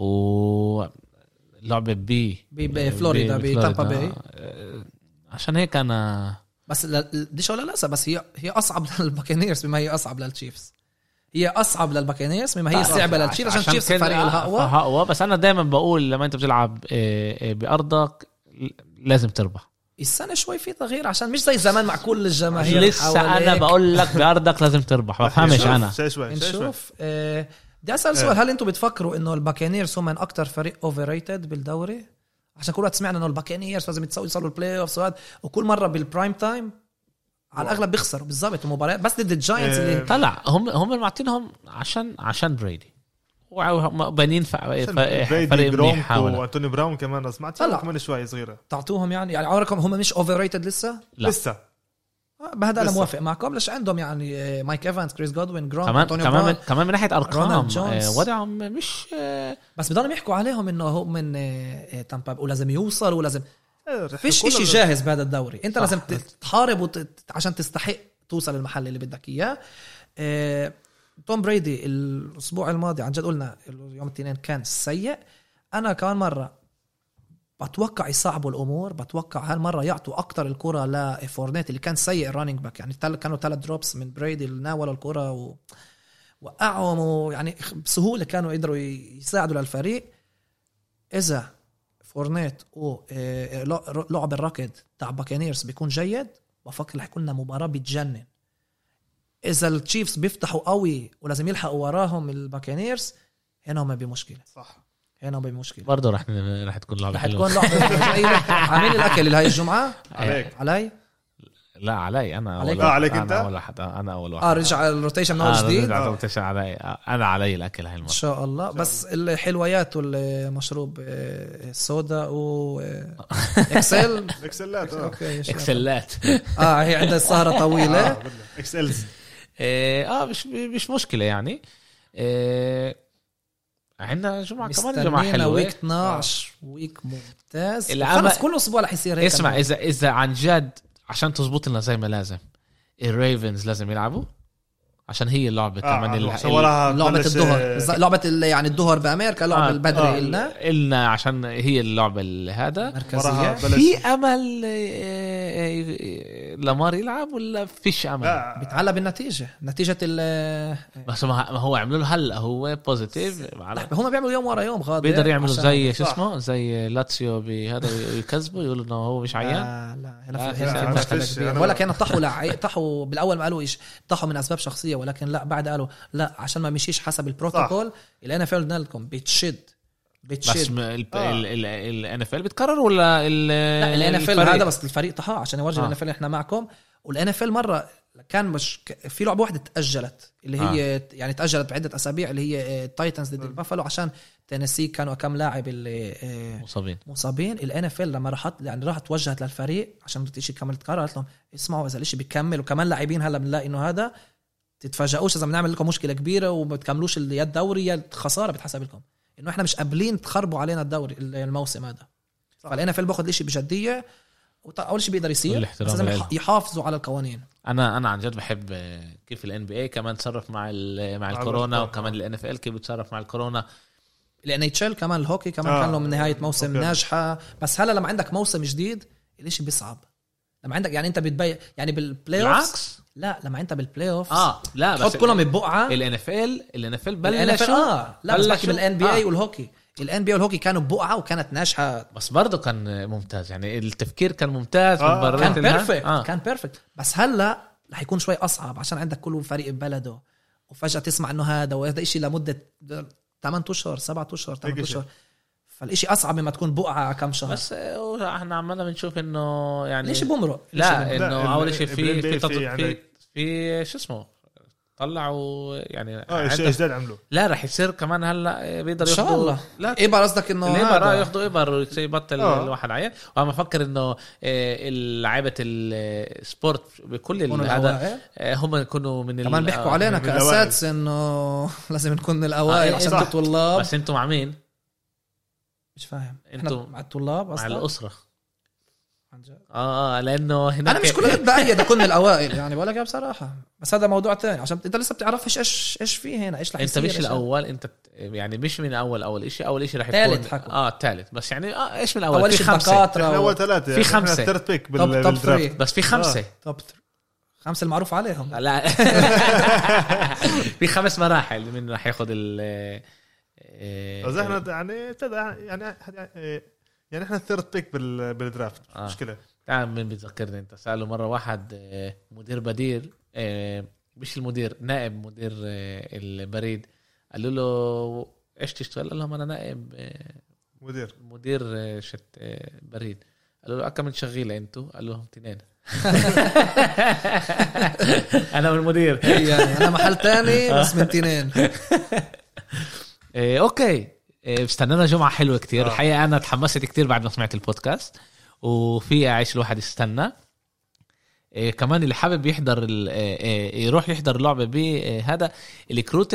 ولعبه بفلوريدا بتامبا باي. عشان هيك انا بس بديش ولا لا، بس هي اصعب للباكانيرز بما هي اصعب للتشيفز. هي اصعب للباكانيرز مما هي صعبه للتشيفز، عشان التشيفز فريق الهقوى. بس انا دائما بقول لما انت بتلعب بارضك لازم تربح. السنة شوي في تغيير، عشان مش زي زمان مع كل الجماهير لسه حواليك. أنا بقول لك بأرضك لازم تربح، ما فهمش أنا نشوف. بدي أسأل سؤال، هل أنتوا بتفكروا إنه الباكانيرز هم من أكتر فريق أوفرريتد بالدوري؟ عشان كل وقت سمعنا إنه الباكانيرز لازم يوصلوا البلاي أوفس، وكل مرة بالبرايم تايم على الأغلب بيخسروا بالضبط المباريات، بس ضد الجاينتس اللي طلع هم معطينهم عشان بريدي وبنين فريق منيح. وأنتوني براون كمان سمعت كمان شوي صغيرة تعطوهم يعني عمركم هم مش اوفرريتد لسه؟ لسه بهذا انا لسه. موافق معكم. ليش عندهم يعني مايك ايفانس، كريس جودوين، جرونك، كمان من ناحيه ارقام رونالد جونز. وضعهم مش بس بدهم يحكوا عليهم انه هو من تامبا ولازم يوصل ولازم رح فيش يكون إشي جاهز بهذا الدوري. انت صح. لازم تحارب عشان تستحق توصل المحل اللي بدك اياه. توم بريدي الاسبوع الماضي عن جد قلنا يوم الاثنين كان سيء. انا كمان مره بتوقع يصعبوا الامور، بتوقع هالمره يعطوا اكتر الكره لفورنيت اللي كان سيء الرانينج باك. يعني كانوا 3 دروبس من بريدي اللي ناولوا الكره ووقعهم، ويعني بسهوله كانوا يقدروا يساعدوا للفريق. اذا فورنيت ولعب الركض تاع باكانيرز بيكون جيد، بفكر رح يكون لنا مباراه بتجنن. اذا التشيفز بيفتحوا قوي ولازم يلحقوا وراهم الباكانيرز، هنا هم بمشكله. صح. هنا بمشكله برضه رح تكون لعبه رح حلوه. تكون لعبه. عامل الاكل اللي هاي الجمعه عليك. علي. لا علي انا عليك. اول واحد. عليك أنت؟ انا اول واحد. انا اول واحد. رجع الروتيشن من اول جديد رجع الروتيشن علي. انا علي الاكل هاي ان المره. شاء الله. بس الحلويات والمشروب السودا و اكسل. اكسلات اوكي اكسلات. هي عندها السهره طويله. اكسلز. مش مشكله يعني. عندنا جمعه كمان، جمعه مستنينا حلوه. ويك 12 ويك ممتاز. العمل- خلص كل اسبوع رح يصير هيك. اسمع، اذا عن جد عشان تزبط لنا زي ما لازم، الريفنز لازم يلعبوا عشان هي اللعبه كمان لعبه الظهر، لعبه يعني الظهر بامريكا، لعبه البدري إلنا عشان هي اللعبه هذا مركزيه. في امل لامار يلعب ولا فيش امل؟ بيتعلق بالنتيجه، نتيجه بس ما هو عملوا له هلا هو بوزيتيف، هم بيعملوا يوم ورا يوم غادر. بيقدر يعملوا زي شو اسمه، زي لاتسيو بهذا ويكذبوا يقولوا انه هو مش عيان. لا هنا ولا كانوا طحوا بالاول ما قالوا ايش، طحوا من اسباب شخصيه، ولكن لا بعد قالوا لا عشان ما مشيش حسب البروتوكول. الان اف ال لكم بتشد بس الان اف ال بتكرر ولا الان اف ال هذا بس الفريق طحا عشان يورجي الان اف ال احنا معكم. والان اف ال مره كان مش في لعبه واحده تاجلت اللي هي يعني تاجلت بعده اسابيع اللي هي تايتنز ضد البافالو عشان تينيسي كانوا كم لاعب اللي مصابين. الان اف ال لما راحت وجهت للفريق عشان بدها شيء كمل تقرر، قالت لهم اسمعوا اذا الاشي بيكمل وكمان لاعبين هلا بنلاقي انه هذا تتفاجئوش اذا بنعمل لكم مشكله كبيره وما بتكملوش يا الدوري يا الخساره بتحسب لكم، انه احنا مش قابلين تخربوا علينا الدوري الموسم هذا. فالان اف ال باخذ الاشي بجديه، اول شيء بيقدر يصير لازم يحافظوا على القوانين. انا عن جد بحب كيف الان بي اي كمان تصرف مع الكورونا، وكمان الان اف ال كيف بتصرف مع الكورونا. الان اتش ال كمان الهوكي كمان كان له من نهايه موسم ناجحه. بس هلا لما عندك موسم جديد الاشي بيصعب، لما عندك يعني انت بتبين يعني بالبلاي اوف. لا لما انت بالبلاي اوف لا تحط كلهم ببقعه. الان اف ال بلشوا لا بس باقي بالان بي اي والهوكي. الان بي والهوكي كانوا ببقعه وكانت ناجحه، بس برضه كان ممتاز. يعني التفكير كان ممتاز من برا كان بيرفكت كان بيرفكت. بس هلا رح يكون شوي اصعب عشان عندك كل فريق ببلده، وفجاه تسمع انه هذا وهذا إشي لمده 8 اشهر 7 اشهر 8 اشهر، فالإشي أصعب مما تكون بقعة كم شهر. بس احنا عمالنا بنشوف إنه يعني ليش بمرق. لا إنه أول شيء في شو اسمه طلعوا يعني شيء جديد عملوا. لا رح يصير كمان هلا بيقدر ياخذوا إن شاء الله. لا إبر قصدك إنه الإبر ياخذوا إبر يبطل الواحد عيان. وأنا بفكر إنه لعيبة السبورت بكل هذا هم يكونوا من كمان بيحكوا علينا كأساتس إنه لازم نكون من الأوائل عشان الطلاب. بس أنتوا مع مين؟ مش فاهم. انتوا مع الطلاب مع الأسرة. لأنه هناك أنا مش كل ضد بأيد أكون من الأوائل يعني ولا جاب بصراحة، بس هذا موضوع تاني عشان أنت لسه بتعرفش إيش فيه هنا، إيش رح يصير. أنت مش الأول، أنت يعني مش من أول إشي رح يكون ثالث حكوا الثالث. بس يعني إيش من الأول؟ أول في 5 أول 3 في 5 ثيرد بيك بالدرافت. بس في 5 توب 5 المعروف عليهم. لا في 5 مراحل من رح ياخد بس احنا يعني احنا الثيرد بيك بالدرافت. مشكله. تعال من بتذكرني انت سأله مرة واحد مدير بدير مش المدير، نائب مدير البريد، قالوا له ايش تشتغل؟ قال لهم انا نائب مدير بريد. قالوا له كم شغيله انتوا؟ قال لهم 2. انا من المدير يعني انا محل تاني بس من 2. اوكي استنانا جمعة حلوة كتير. الحقيقة انا تحمست كتير بعد ما سمعت البودكاست، وفي عيش الواحد يستنى. كمان اللي حابب يحضر يروح يحضر اللعبة بهذا الكروت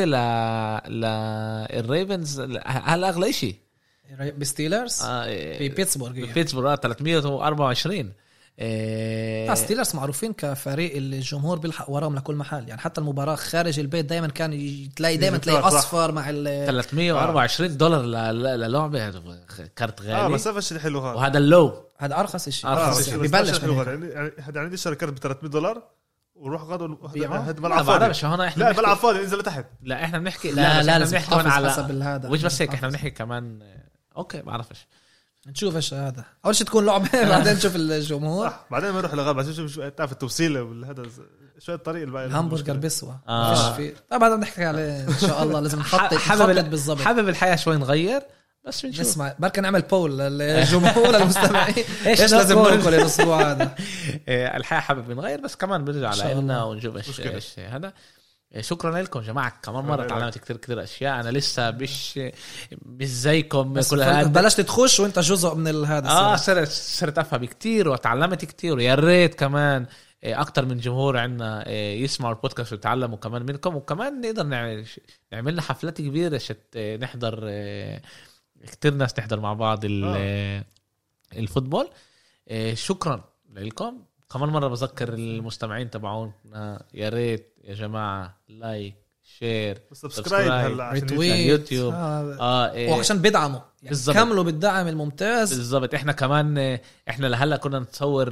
للريفنز هلا أغلى إشي بستيلرز في بيتسبورغ 324. ستيلرز معروفين كفريق الجمهور بيلحق وراهم لكل محل يعني حتى المباراة خارج البيت دايما كان تلاقي أصفر مع $324 للعبة. هذا كارت غالي مسافة حلو هذا وهذا اللو هذا أرخص شيء ببلش يعني هذا عندي شركات $300 وروح غادوا هذا ملعب فاضي. لا ملعب فاضي انزل لتحت. لا احنا بنحكي لا لازم نحكي على حسب هذا مش بس هيك احنا بنحكي كمان اوكي بعرفش نشوف ايش هذا اول شيء تكون لعبه بعدين نشوف الجمهور بعدين بنروح لغاب بعدين نشوف تعرف التوصيله وهذا شويه الطريق الباقي همبرجر بسوى فيش في طبعا بنحكي عليه ان شاء الله لازم نخطط بالضبط حابب الحياه شوي نغير بس نسمع بركة نعمل بول للجمهور للمستمعين ايش لازم نقول الاسبوع هذا الحياه حابب نغير بس كمان بنرجع لنا ونشوف ايش هذا. شكرا لكم جماعه كمان مره تعلمت كتير اشياء انا لسه مش زيكم كل هذا بلشت تخش وانت جزء من هذا صرت افهم كتير وتعلمت كتير ويا ريت كمان اكتر من جمهور عندنا يسمعوا البودكاست ويتعلموا كمان منكم وكمان نقدر نعمل لنا حفلات كبيره نحضر كتير ناس تحضر مع بعض الفوتبول. شكرا لكم كمان مرة بذكر المستمعين تبعونا يا ريت يا جماعة لايك شير سبسكرايب ريتويت يوتيوب وعشان بدعموا يعني كملوا بالدعم الممتاز بالضبط. احنا كمان احنا لهلا كنا نصور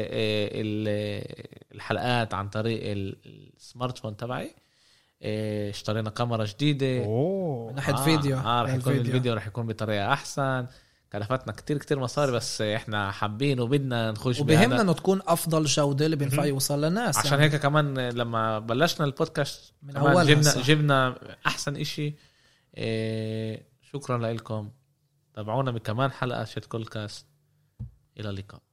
الحلقات عن طريق السمارت فون تبعي اشترينا كاميرا جديدة من ناحية فيديو رح يكون الفيديو رح يكون بطريقة أحسن كلفتنا كتير مصاري بس احنا حابين وبدنا نخش وبهمنا انه تكون افضل جودة اللي بينفع يوصل للناس عشان يعني. هيك كمان لما بلشنا البودكاست من اول جبنا احسن اشي. شكرا لكم تابعونا بكمان حلقة شات كول كاست. الى اللقاء.